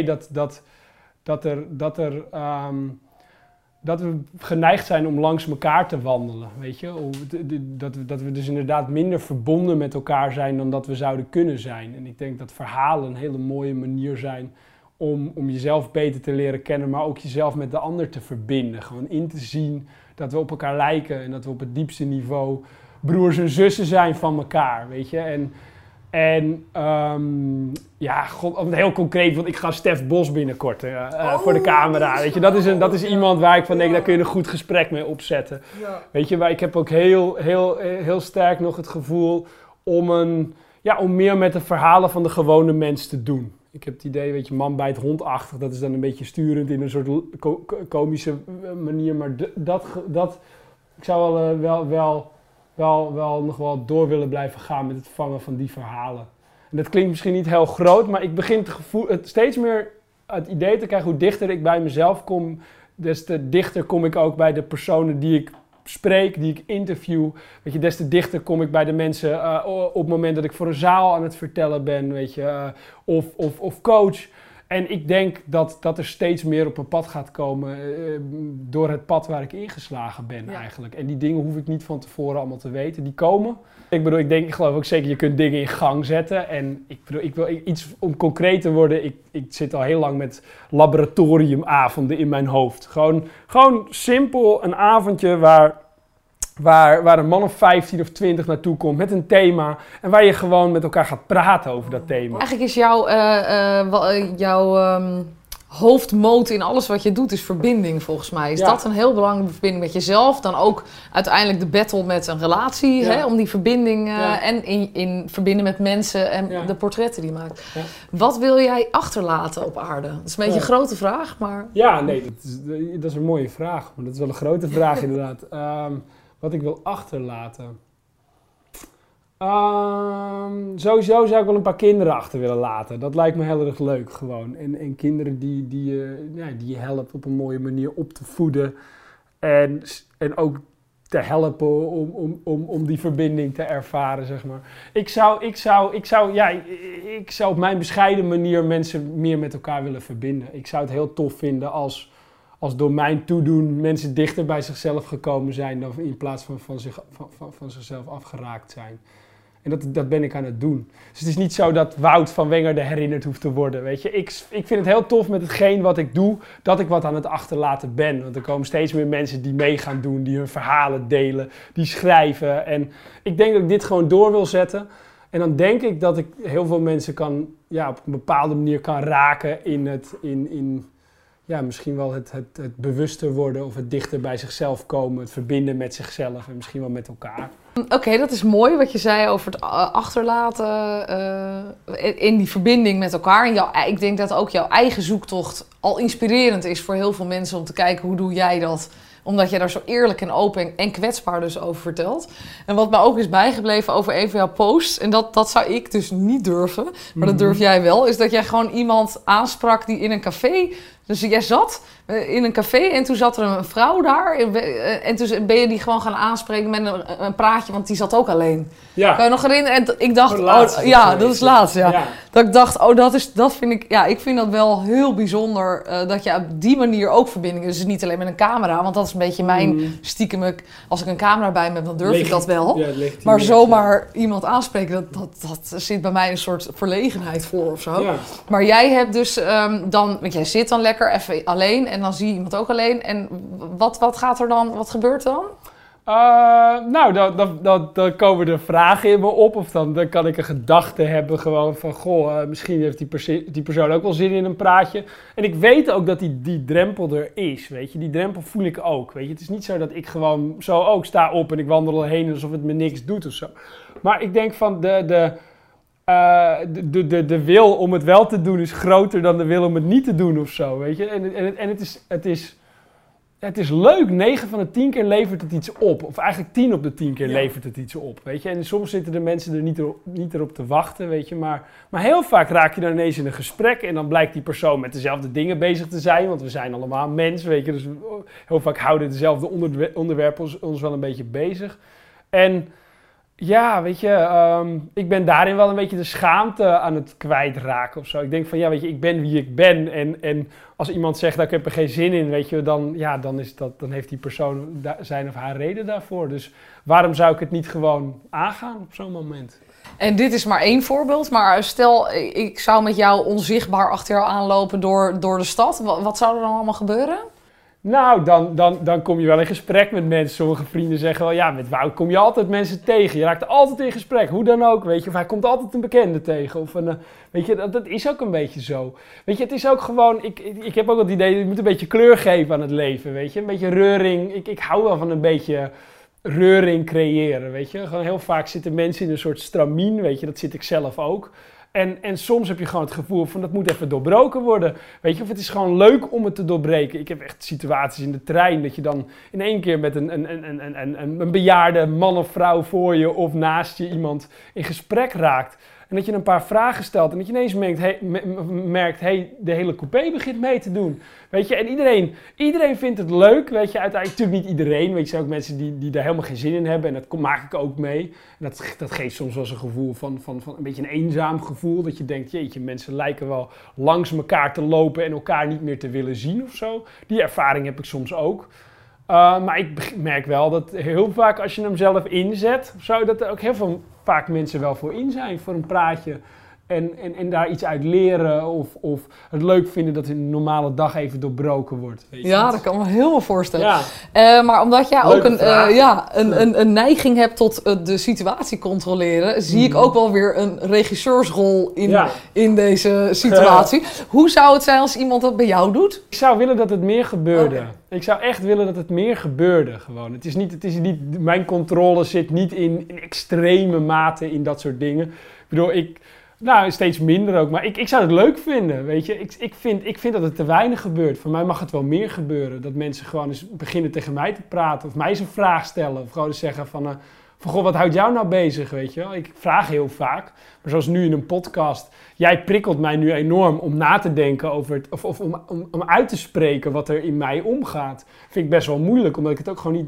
dat we geneigd zijn om langs elkaar te wandelen, weet je. Dat we dus inderdaad minder verbonden met elkaar zijn dan dat we zouden kunnen zijn. En ik denk dat verhalen een hele mooie manier zijn om jezelf beter te leren kennen, maar ook jezelf met de ander te verbinden. Gewoon in te zien dat we op elkaar lijken en dat we op het diepste niveau broers en zussen zijn van elkaar, weet je. Heel concreet, want ik ga Stef Bos binnenkort voor de camera, weet je. Dat is iemand waar ik van denk, daar kun je een goed gesprek mee opzetten. Ja. Weet je, maar ik heb ook heel sterk nog het gevoel om meer met de verhalen van de gewone mens te doen. Ik heb het idee, weet je, man bijt hondachtig, dat is dan een beetje sturend in een soort komische manier, maar ik zou wel nog wel door willen blijven gaan met het vangen van die verhalen. En dat klinkt misschien niet heel groot, maar ik begin steeds meer het idee te krijgen hoe dichter ik bij mezelf kom, des te dichter kom ik ook bij de personen die ik spreek, die ik interview. Weet je, des te dichter kom ik bij de mensen op het moment dat ik voor een zaal aan het vertellen ben, weet je, of coach. En ik denk dat er steeds meer op mijn pad gaat komen door het pad waar ik ingeslagen ben eigenlijk. En die dingen hoef ik niet van tevoren allemaal te weten. Die komen. Ik geloof ook zeker, je kunt dingen in gang zetten. En ik wil iets om concreet te worden. Ik zit al heel lang met laboratoriumavonden in mijn hoofd. Gewoon simpel een avondje waar een man of 15 of 20 naartoe komt met een thema. En waar je gewoon met elkaar gaat praten over dat thema. Eigenlijk is jouw hoofdmoot in alles wat je doet is verbinding, volgens mij. Is dat een heel belangrijke verbinding met jezelf? Dan ook uiteindelijk de battle met een relatie. Hè? Om die verbinding en in verbinden met mensen en de portretten die je maakt. Ja. Wat wil jij achterlaten op aarde? Dat is een beetje een grote vraag, maar... Ja, nee, dat is een mooie vraag. Maar dat is wel een grote vraag inderdaad. Wat ik wil achterlaten. Sowieso zou ik wel een paar kinderen achter willen laten. Dat lijkt me heel erg leuk gewoon. En kinderen die je helpt op een mooie manier op te voeden. En ook te helpen om die verbinding te ervaren, zeg maar. Ik zou op mijn bescheiden manier mensen meer met elkaar willen verbinden. Ik zou het heel tof vinden als door mijn toedoen mensen dichter bij zichzelf gekomen zijn dan in plaats van zichzelf afgeraakt zijn. En dat ben ik aan het doen. Dus het is niet zo dat Wout van Wenger herinnerd hoeft te worden, weet je. Ik vind het heel tof met hetgeen wat ik doe, dat ik wat aan het achterlaten ben. Want er komen steeds meer mensen die mee gaan doen, die hun verhalen delen, die schrijven. En ik denk dat ik dit gewoon door wil zetten. En dan denk ik dat ik heel veel mensen op een bepaalde manier kan raken in misschien wel het bewuster worden of het dichter bij zichzelf komen, het verbinden met zichzelf en misschien wel met elkaar. Oké, dat is mooi wat je zei over het achterlaten in die verbinding met elkaar. En ik denk dat ook jouw eigen zoektocht al inspirerend is voor heel veel mensen om te kijken hoe doe jij dat Omdat je daar zo eerlijk en open en kwetsbaar dus over vertelt. En wat mij ook is bijgebleven over een van jouw posts... en dat zou ik dus niet durven, maar dat durf jij wel... is dat jij gewoon iemand aansprak die in een café... Dus jij zat in een café en toen zat er een vrouw daar. En toen ben je die gewoon gaan aanspreken met een praatje, want die zat ook alleen. Ja. Kan je nog herinneren? En ik dacht, dat is laatst. Ja. Dat ik dacht, dat vind ik... Ja, ik vind dat wel heel bijzonder dat je op die manier ook verbinding... Dus niet alleen met een camera, want dat is een beetje mijn stiekem... Als ik een camera bij me heb, dan durf ik dat wel. Ja, maar zomaar iemand aanspreken, dat zit bij mij een soort verlegenheid voor of zo. Ja. Maar jij hebt dus dan... Want jij zit dan lekker even alleen en dan zie je iemand ook alleen. En wat gaat er dan? Wat gebeurt er dan? Dan komen er vragen in me op. Of dan kan ik een gedachte hebben gewoon van... misschien heeft die persoon ook wel zin in een praatje. En ik weet ook dat die drempel er is, weet je. Die drempel voel ik ook, weet je. Het is niet zo dat ik gewoon zo ook sta op en ik wandel erheen alsof het me niks doet of zo. Maar ik denk van de wil om het wel te doen is groter dan de wil om het niet te doen of zo, weet je. En het is leuk. 9 van de 10 keer levert het iets op. Of eigenlijk 10 op de 10 keer levert het iets op, weet je. En soms zitten de mensen er niet erop te wachten, weet je. Maar heel vaak raak je dan ineens in een gesprek en dan blijkt die persoon met dezelfde dingen bezig te zijn. Want we zijn allemaal mensen, weet je. Dus heel vaak houden dezelfde onderwerpen ons wel een beetje bezig. En... ja, weet je, ik ben daarin wel een beetje de schaamte aan het kwijtraken of zo. Ik denk van, ja, weet je, ik ben wie ik ben. En als iemand zegt, ik heb er geen zin in, weet je, dan heeft die persoon zijn of haar reden daarvoor. Dus waarom zou ik het niet gewoon aangaan op zo'n moment? En dit is maar één voorbeeld, maar stel, ik zou met jou onzichtbaar achter jou aanlopen door de stad. Wat zou er dan allemaal gebeuren? Nou, dan kom je wel in gesprek met mensen. Sommige vrienden zeggen wel, ja, met Wout kom je altijd mensen tegen. Je raakt altijd in gesprek, hoe dan ook, weet je. Of hij komt altijd een bekende tegen. Of weet je, dat is ook een beetje zo. Weet je, het is ook gewoon, ik heb ook het idee, je moet een beetje kleur geven aan het leven, weet je. Een beetje reuring. Ik hou wel van een beetje reuring creëren, weet je. Gewoon heel vaak zitten mensen in een soort stramien, weet je. Dat zit ik zelf ook. En soms heb je gewoon het gevoel van dat moet even doorbroken worden. Weet je, of het is gewoon leuk om het te doorbreken. Ik heb echt situaties in de trein dat je dan in één keer met een bejaarde man of vrouw voor je of naast je iemand in gesprek raakt. En dat je een paar vragen stelt en dat je ineens merkt, de hele coupé begint mee te doen. Weet je, en iedereen vindt het leuk, weet je, uiteindelijk natuurlijk niet iedereen. Weet je, er zijn ook mensen die daar helemaal geen zin in hebben en dat maak ik ook mee. En dat geeft soms wel eens een gevoel van een beetje een eenzaam gevoel. Dat je denkt, jeetje, mensen lijken wel langs elkaar te lopen en elkaar niet meer te willen zien of zo. Die ervaring heb ik soms ook. Maar ik merk wel dat heel vaak als je hem zelf inzet, of zo, dat er ook heel veel vaak mensen wel voor in zijn, voor een praatje. En daar iets uit leren of het leuk vinden dat een normale dag even doorbroken wordt. Weet je dat kan ik me heel veel voorstellen. Ja. Maar omdat jij ook een neiging hebt tot de situatie controleren, zie ik ook wel weer een regisseursrol in deze situatie. Hoe zou het zijn als iemand dat bij jou doet? Ik zou willen dat het meer gebeurde. Okay. Ik zou echt willen dat het meer gebeurde gewoon. Het is niet, mijn controle zit niet in extreme mate in dat soort dingen. Ik bedoel, steeds minder ook. Maar ik zou het leuk vinden, weet je. Ik vind dat het te weinig gebeurt. Voor mij mag het wel meer gebeuren. Dat mensen gewoon eens beginnen tegen mij te praten. Of mij eens een vraag stellen. Of gewoon eens zeggen van goh, wat houdt jou nou bezig, weet je wel. Ik vraag heel vaak. Maar zoals nu in een podcast. Jij prikkelt mij nu enorm om na te denken over het... Of om uit te spreken wat er in mij omgaat. Vind ik best wel moeilijk. Omdat ik het ook gewoon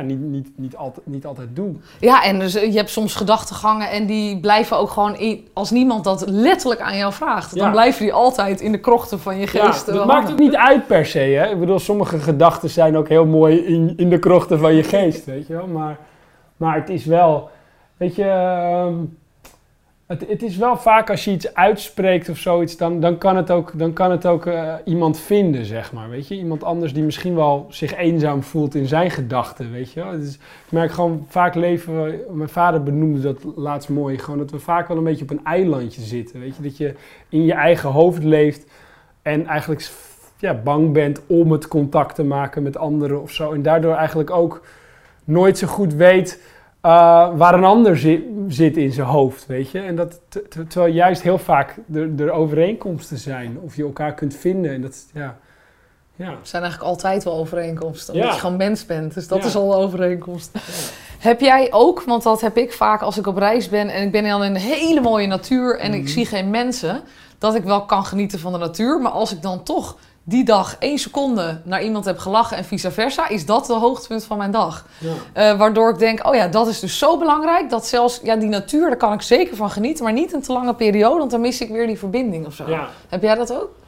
niet altijd doe. Ja, en dus je hebt soms gedachtegangen. En die blijven ook gewoon... als niemand dat letterlijk aan jou vraagt. Dan blijven die altijd in de krochten van je geest. Ja, dat maakt het niet uit per se, hè. Ik bedoel, sommige gedachten zijn ook heel mooi in de krochten van je geest, weet je wel. Maar het is wel... Weet je... Het is wel vaak als je iets uitspreekt of zoiets, dan kan het ook iemand vinden, zeg maar, weet je. Iemand anders die misschien wel zich eenzaam voelt in zijn gedachten, weet je wel. Dus ik merk gewoon, vaak leven we, mijn vader benoemde dat laatst mooi, gewoon dat we vaak wel een beetje op een eilandje zitten, weet je. Dat je in je eigen hoofd leeft en eigenlijk bang bent om het contact te maken met anderen of zo. En daardoor eigenlijk ook nooit zo goed weet... waar een ander zit in zijn hoofd, weet je. En dat terwijl juist heel vaak er overeenkomsten zijn. Of je elkaar kunt vinden. En dat, Ja. Er zijn eigenlijk altijd wel overeenkomsten. Omdat Ja. je gewoon mens bent. Dus dat Ja. is al een overeenkomst. Ja. Heb jij ook, want dat heb ik vaak als ik op reis ben... en ik ben dan in een hele mooie natuur en ik zie geen mensen... dat ik wel kan genieten van de natuur. Maar als ik dan toch die dag 1 seconde naar iemand heb gelachen en vice versa... is dat de hoogtepunt van mijn dag. Ja. Waardoor ik denk, oh ja, dat is dus zo belangrijk... dat zelfs die natuur, daar kan ik zeker van genieten... maar niet een te lange periode, want dan mis ik weer die verbinding of zo. Ja. Heb jij dat ook?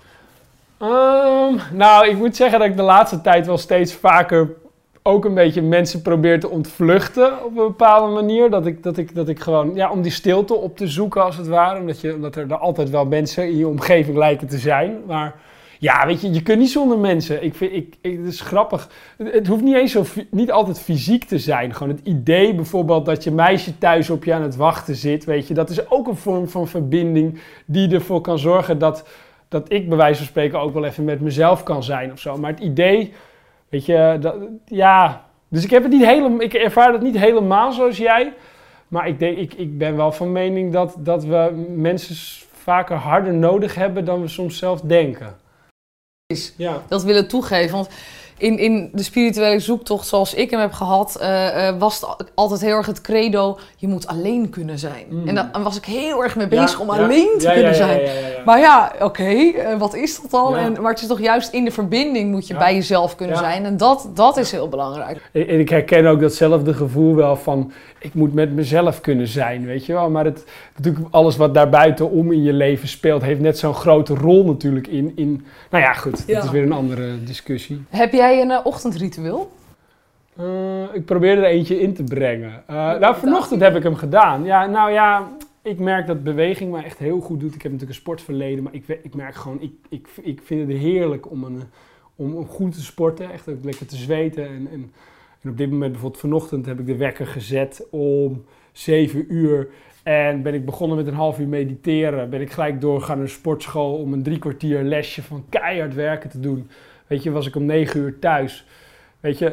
Nou, ik moet zeggen dat ik de laatste tijd wel steeds vaker ook een beetje mensen probeer te ontvluchten op een bepaalde manier. Dat ik gewoon, ja, om die stilte op te zoeken als het ware. Omdat er altijd wel mensen in je omgeving lijken te zijn. Maar ja, weet je kunt niet zonder mensen. Het is grappig. Het hoeft niet eens niet altijd fysiek te zijn. Gewoon het idee bijvoorbeeld dat je meisje thuis op je aan het wachten zit. Weet je, dat is ook een vorm van verbinding die ervoor kan zorgen dat ik bij wijze van spreken ook wel even met mezelf kan zijn of zo. Maar het idee, weet je, ja. Dus ik ervaar het niet helemaal zoals jij. Maar ik ben wel van mening dat we mensen vaker harder nodig hebben dan we soms zelf denken. Ja. Dat willen toegeven. Want in de spirituele zoektocht zoals ik hem heb gehad... was het altijd heel erg het credo... je moet alleen kunnen zijn. En daar was ik heel erg mee bezig om alleen te kunnen zijn. Ja. Maar ja, oké, wat is dat dan? Ja. Maar het is toch juist in de verbinding moet je bij jezelf kunnen zijn. En dat is heel belangrijk. En ik herken ook datzelfde gevoel wel van... ik moet met mezelf kunnen zijn, weet je wel. Maar natuurlijk alles wat daarbuiten om in je leven speelt... heeft net zo'n grote rol natuurlijk in nou ja, goed, dat is weer een andere discussie. Heb jij een ochtendritueel? Ik probeer er eentje in te brengen. Vanochtend heb ik hem gedaan. Ja, nou ja, ik merk dat beweging me echt heel goed doet. Ik heb natuurlijk een sportverleden, maar ik merk gewoon... Ik vind het heerlijk om goed te sporten. Echt ook lekker te zweten. En op dit moment, bijvoorbeeld vanochtend, heb ik de wekker gezet om 7 uur... En ben ik begonnen met een half uur mediteren. Ben ik gelijk doorgegaan naar de sportschool om een 3 kwartier lesje van keihard werken te doen. Weet je, was ik om 9 uur thuis. Weet je,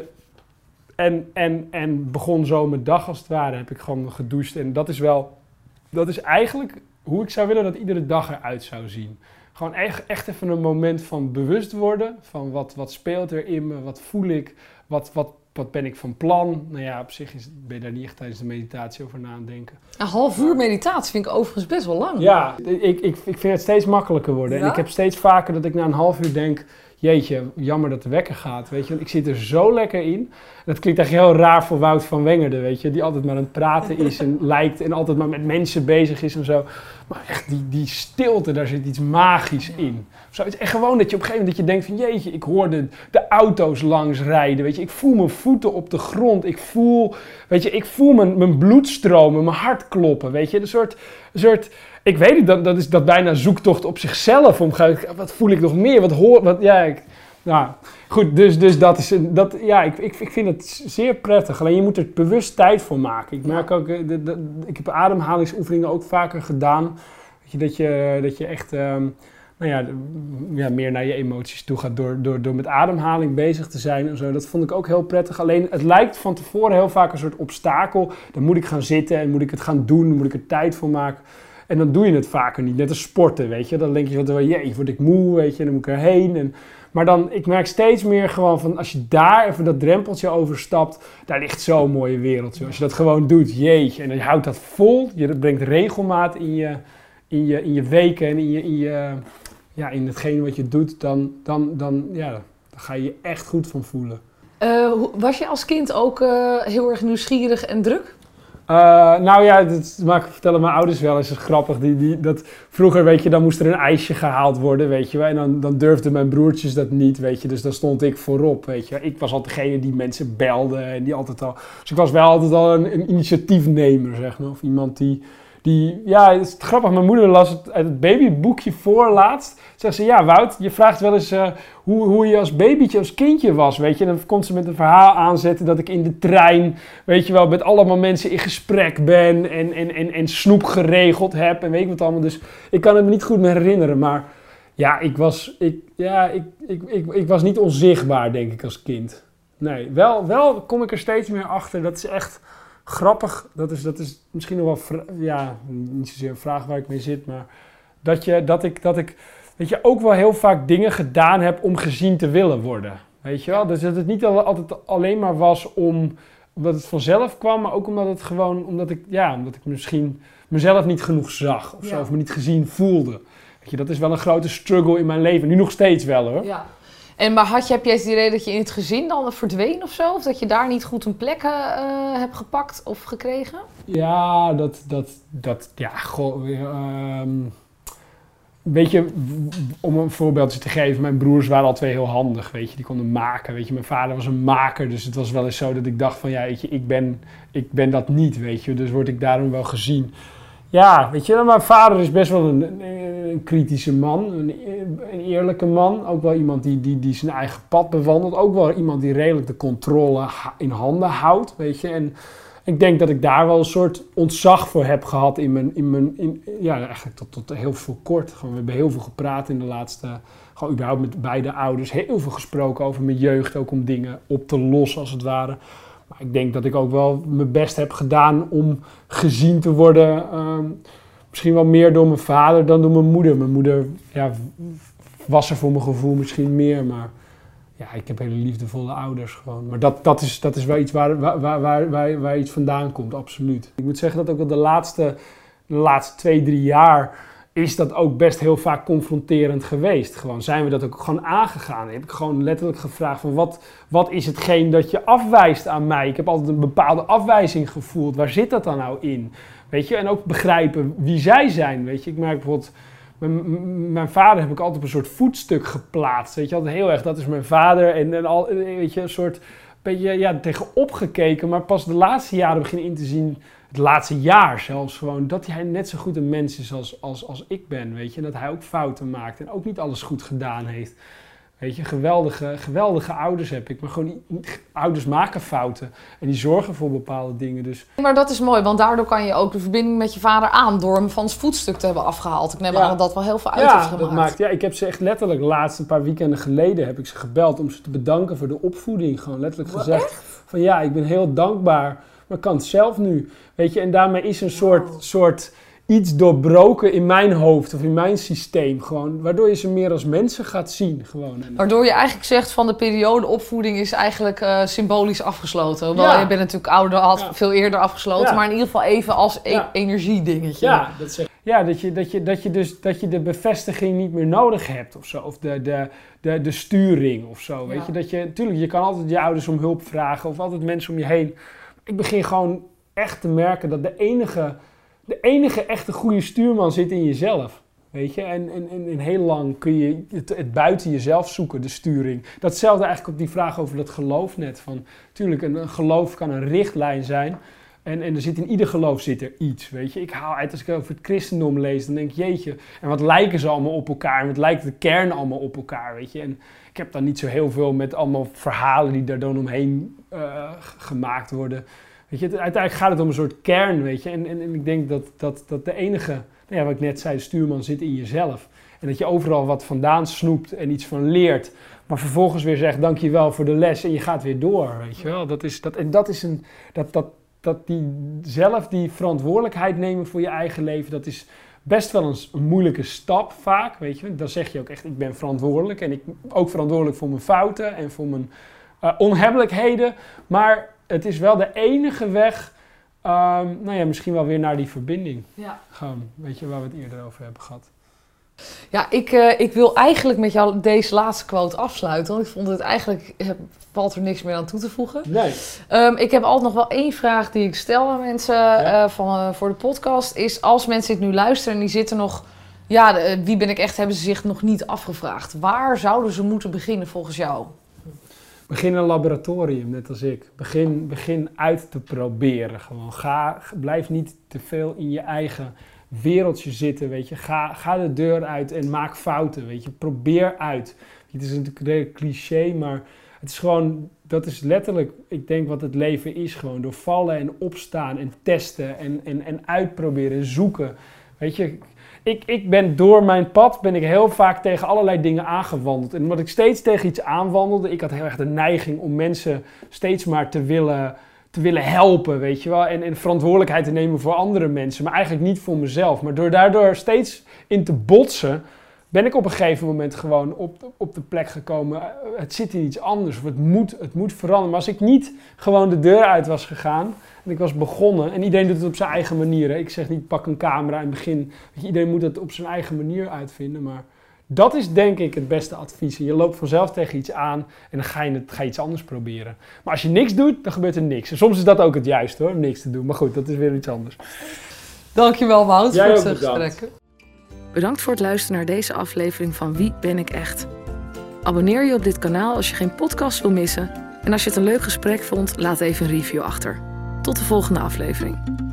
en begon zo mijn dag als het ware. Heb ik gewoon gedoucht. En dat is eigenlijk hoe ik zou willen dat iedere dag eruit zou zien. Gewoon echt even een moment van bewust worden. Van wat speelt er in me, wat voel ik, wat ben ik van plan? Nou ja, op zich ben je daar niet echt tijdens de meditatie over na aan het denken. Een half uur meditatie vind ik overigens best wel lang. Ja, ik vind het steeds makkelijker worden. Ja? En ik heb steeds vaker dat ik na een half uur denk... jeetje, jammer dat de wekker gaat, weet je. Want ik zit er zo lekker in. Dat klinkt echt heel raar voor Wout van Wengerde, weet je. Die altijd maar aan het praten is en lijkt en altijd maar met mensen bezig is en zo. Maar echt, die stilte, daar zit iets magisch in. Zoiets. En gewoon dat je op een gegeven moment dat je denkt van... jeetje, ik hoor de auto's langs rijden, weet je. Ik voel mijn voeten op de grond. Ik voel mijn bloed stromen, mijn hart kloppen, weet je. Een soort ik weet het, dat is dat bijna zoektocht op zichzelf. Wat voel ik nog meer? Goed, dus dat is... Ik vind het zeer prettig. Alleen je moet er bewust tijd voor maken. Ik merk ook... ik heb ademhalingsoefeningen ook vaker gedaan. Weet je, dat je echt... meer naar je emoties toe gaat door met ademhaling bezig te zijn en zo. Dat vond ik ook heel prettig. Alleen het lijkt van tevoren heel vaak een soort obstakel. Dan moet ik gaan zitten en moet ik het gaan doen. Dan moet ik er tijd voor maken. En dan doe je het vaker niet. Net als sporten, weet je. Dan denk je van, word ik moe, weet je. Dan moet ik erheen. Maar dan, ik merk steeds meer gewoon van, als je daar even dat drempeltje overstapt, daar ligt zo'n mooie wereld. Als je dat gewoon doet, jeetje. En je houdt dat vol. Je brengt regelmaat in je weken en in hetgeen wat je doet. Dan ga je je echt goed van voelen. Was je als kind ook heel erg nieuwsgierig en druk? Dat vertellen mijn ouders wel eens, is grappig. Dat vroeger, weet je, dan moest er een ijsje gehaald worden, weet je wel. En dan durfden mijn broertjes dat niet, weet je. Dus dan stond ik voorop, weet je. Ik was altijd degene die mensen belde en die altijd al... Dus ik was wel altijd al een initiatiefnemer, zeg maar. Of iemand die... Ja, het is grappig. Mijn moeder las het uit het babyboekje voor laatst. Zegt ze, ja Wout, je vraagt wel eens hoe je als babytje, als kindje was, weet je. En dan komt ze met een verhaal aanzetten dat ik in de trein, weet je wel, met allemaal mensen in gesprek ben en snoep geregeld heb en weet ik wat allemaal. Dus ik kan het me niet goed meer herinneren, maar ja, ik was niet onzichtbaar, denk ik, als kind. Nee, wel kom ik er steeds meer achter. Dat is echt... grappig, dat is misschien nog wel, niet zozeer een vraag waar ik mee zit, maar dat ik weet je, ook wel heel vaak dingen gedaan heb om gezien te willen worden. Weet je wel? Dus dat het niet altijd alleen maar was omdat het vanzelf kwam, maar ook omdat ik misschien mezelf niet genoeg zag of zo, of me niet gezien voelde. Weet je, dat is wel een grote struggle in mijn leven. Nu nog steeds wel hoor. Ja. Maar heb jij het idee dat je in het gezin dan weet of zo? Of dat je daar niet goed een plek hebt gepakt of gekregen? Ja, weet je, om een voorbeeldje te geven, mijn broers waren al 2 heel handig, weet je. Die konden maken, weet je. Mijn vader was een maker, dus het was wel eens zo dat ik dacht van, ja, weet je, ik ben dat niet, weet je. Dus word ik daarom wel gezien. Ja, weet je, mijn vader is best wel een kritische man, een eerlijke man. Ook wel iemand die zijn eigen pad bewandelt. Ook wel iemand die redelijk de controle in handen houdt, weet je. En ik denk dat ik daar wel een soort ontzag voor heb gehad eigenlijk tot heel veel kort. Gewoon, we hebben heel veel gepraat in de laatste, gewoon überhaupt met beide ouders. Heel veel gesproken over mijn jeugd, ook om dingen op te lossen als het ware. Maar ik denk dat ik ook wel mijn best heb gedaan om gezien te worden. Misschien wel meer door mijn vader dan door mijn moeder. Mijn moeder was er voor mijn gevoel misschien meer, maar ja, ik heb hele liefdevolle ouders gewoon. Maar dat is wel iets waar iets vandaan komt, absoluut. Ik moet zeggen dat ook wel de laatste 2-3 jaar is dat ook best heel vaak confronterend geweest. Gewoon zijn we dat ook gewoon aangegaan. Heb ik gewoon letterlijk gevraagd van wat is hetgeen dat je afwijst aan mij? Ik heb altijd een bepaalde afwijzing gevoeld. Waar zit dat dan nou in? Weet je, en ook begrijpen wie zij zijn, weet je. Ik merk bijvoorbeeld, mijn vader heb ik altijd op een soort voetstuk geplaatst. Weet je, altijd heel erg, dat is mijn vader. En al, weet je, een soort beetje tegenop gekeken. Maar pas de laatste jaren beginnen in te zien, het laatste jaar zelfs gewoon, dat hij net zo goed een mens is als ik ben, weet je. En dat hij ook fouten maakt en ook niet alles goed gedaan heeft. Weet je, geweldige ouders heb ik. Maar gewoon ouders maken fouten. En die zorgen voor bepaalde dingen. Dus. Maar dat is mooi, want daardoor kan je ook de verbinding met je vader aan door hem van zijn voetstuk te hebben afgehaald. Ik neem aan dat dat wel heel veel uit heeft gemaakt. Ik heb ze echt letterlijk laatst, een paar weekenden geleden, heb ik ze gebeld om ze te bedanken voor de opvoeding. Gewoon letterlijk gezegd van ja, ik ben heel dankbaar, maar ik kan het zelf nu. Weet je, en daarmee is een soort iets doorbroken in mijn hoofd of in mijn systeem gewoon, waardoor je ze meer als mensen gaat zien gewoon. Waardoor je eigenlijk zegt van de periode opvoeding is eigenlijk symbolisch afgesloten. Hoewel je bent natuurlijk ouder, had veel eerder afgesloten, maar in ieder geval even als energiedingetje. Ja, dat je de bevestiging niet meer nodig hebt of zo, of de sturing of zo, weet je. Dat je, tuurlijk, je kan altijd je ouders om hulp vragen of altijd mensen om je heen. Ik begin gewoon echt te merken dat de enige echte goede stuurman zit in jezelf, weet je. En heel lang kun je het buiten jezelf zoeken, de sturing. Datzelfde eigenlijk op die vraag over dat geloof net. Van, tuurlijk, een geloof kan een richtlijn zijn. En er zit in ieder geloof zit er iets, weet je. Ik haal uit, als ik over het christendom lees, dan denk ik, jeetje. En wat lijken ze allemaal op elkaar? En wat lijkt de kern allemaal op elkaar, weet je. En ik heb dan niet zo heel veel met allemaal verhalen die daar dan omheen gemaakt worden. Weet je, uiteindelijk gaat het om een soort kern, weet je. En ik denk dat de enige, wat ik net zei, de stuurman zit in jezelf. En dat je overal wat vandaan snoept en iets van leert. Maar vervolgens weer zegt, dankjewel voor de les en je gaat weer door, weet je wel. Die verantwoordelijkheid nemen voor je eigen leven, dat is best wel een moeilijke stap vaak, weet je. Dan zeg je ook echt, ik ben verantwoordelijk. En ik ook verantwoordelijk voor mijn fouten en voor mijn onhebbelijkheden. Maar het is wel de enige weg, misschien wel weer naar die verbinding. Ja. Gewoon, weet je, waar we het eerder over hebben gehad. Ja, ik wil eigenlijk met jou deze laatste quote afsluiten. Want ik vond het eigenlijk, valt er niks meer aan toe te voegen. Nee. Ik heb altijd nog wel één vraag die ik stel aan mensen voor de podcast. Is als mensen dit nu luisteren en die zitten nog, wie ben ik echt, hebben ze zich nog niet afgevraagd. Waar zouden ze moeten beginnen volgens jou? Begin in een laboratorium, net als ik. Begin uit te proberen. Gewoon. Blijf niet te veel in je eigen wereldje zitten, weet je. Ga de deur uit en maak fouten, weet je. Probeer uit. Het is natuurlijk een hele cliché, maar het is gewoon, dat is letterlijk, ik denk wat het leven is gewoon. Door vallen en opstaan en testen en uitproberen en zoeken. Weet je, ik ben door mijn pad heel vaak tegen allerlei dingen aangewandeld. En omdat ik steeds tegen iets aanwandelde, ik had heel erg de neiging om mensen steeds maar te willen helpen, weet je wel. En verantwoordelijkheid te nemen voor andere mensen, maar eigenlijk niet voor mezelf. Maar door daardoor steeds in te botsen, ben ik op een gegeven moment gewoon op de plek gekomen. Het zit hier iets anders of het moet veranderen. Maar als ik niet gewoon de deur uit was gegaan en ik was begonnen. En iedereen doet het op zijn eigen manier. Hè. Ik zeg niet pak een camera en begin. Weet je, iedereen moet het op zijn eigen manier uitvinden. Maar dat is denk ik het beste advies. Je loopt vanzelf tegen iets aan en dan ga je iets anders proberen. Maar als je niks doet, dan gebeurt er niks. En soms is dat ook het juiste hoor, niks te doen. Maar goed, dat is weer iets anders. Dankjewel Wout voor het gesprek. Bedankt voor het luisteren naar deze aflevering van Wie ben ik echt? Abonneer je op dit kanaal als je geen podcast wil missen. En als je het een leuk gesprek vond, laat even een review achter. Tot de volgende aflevering.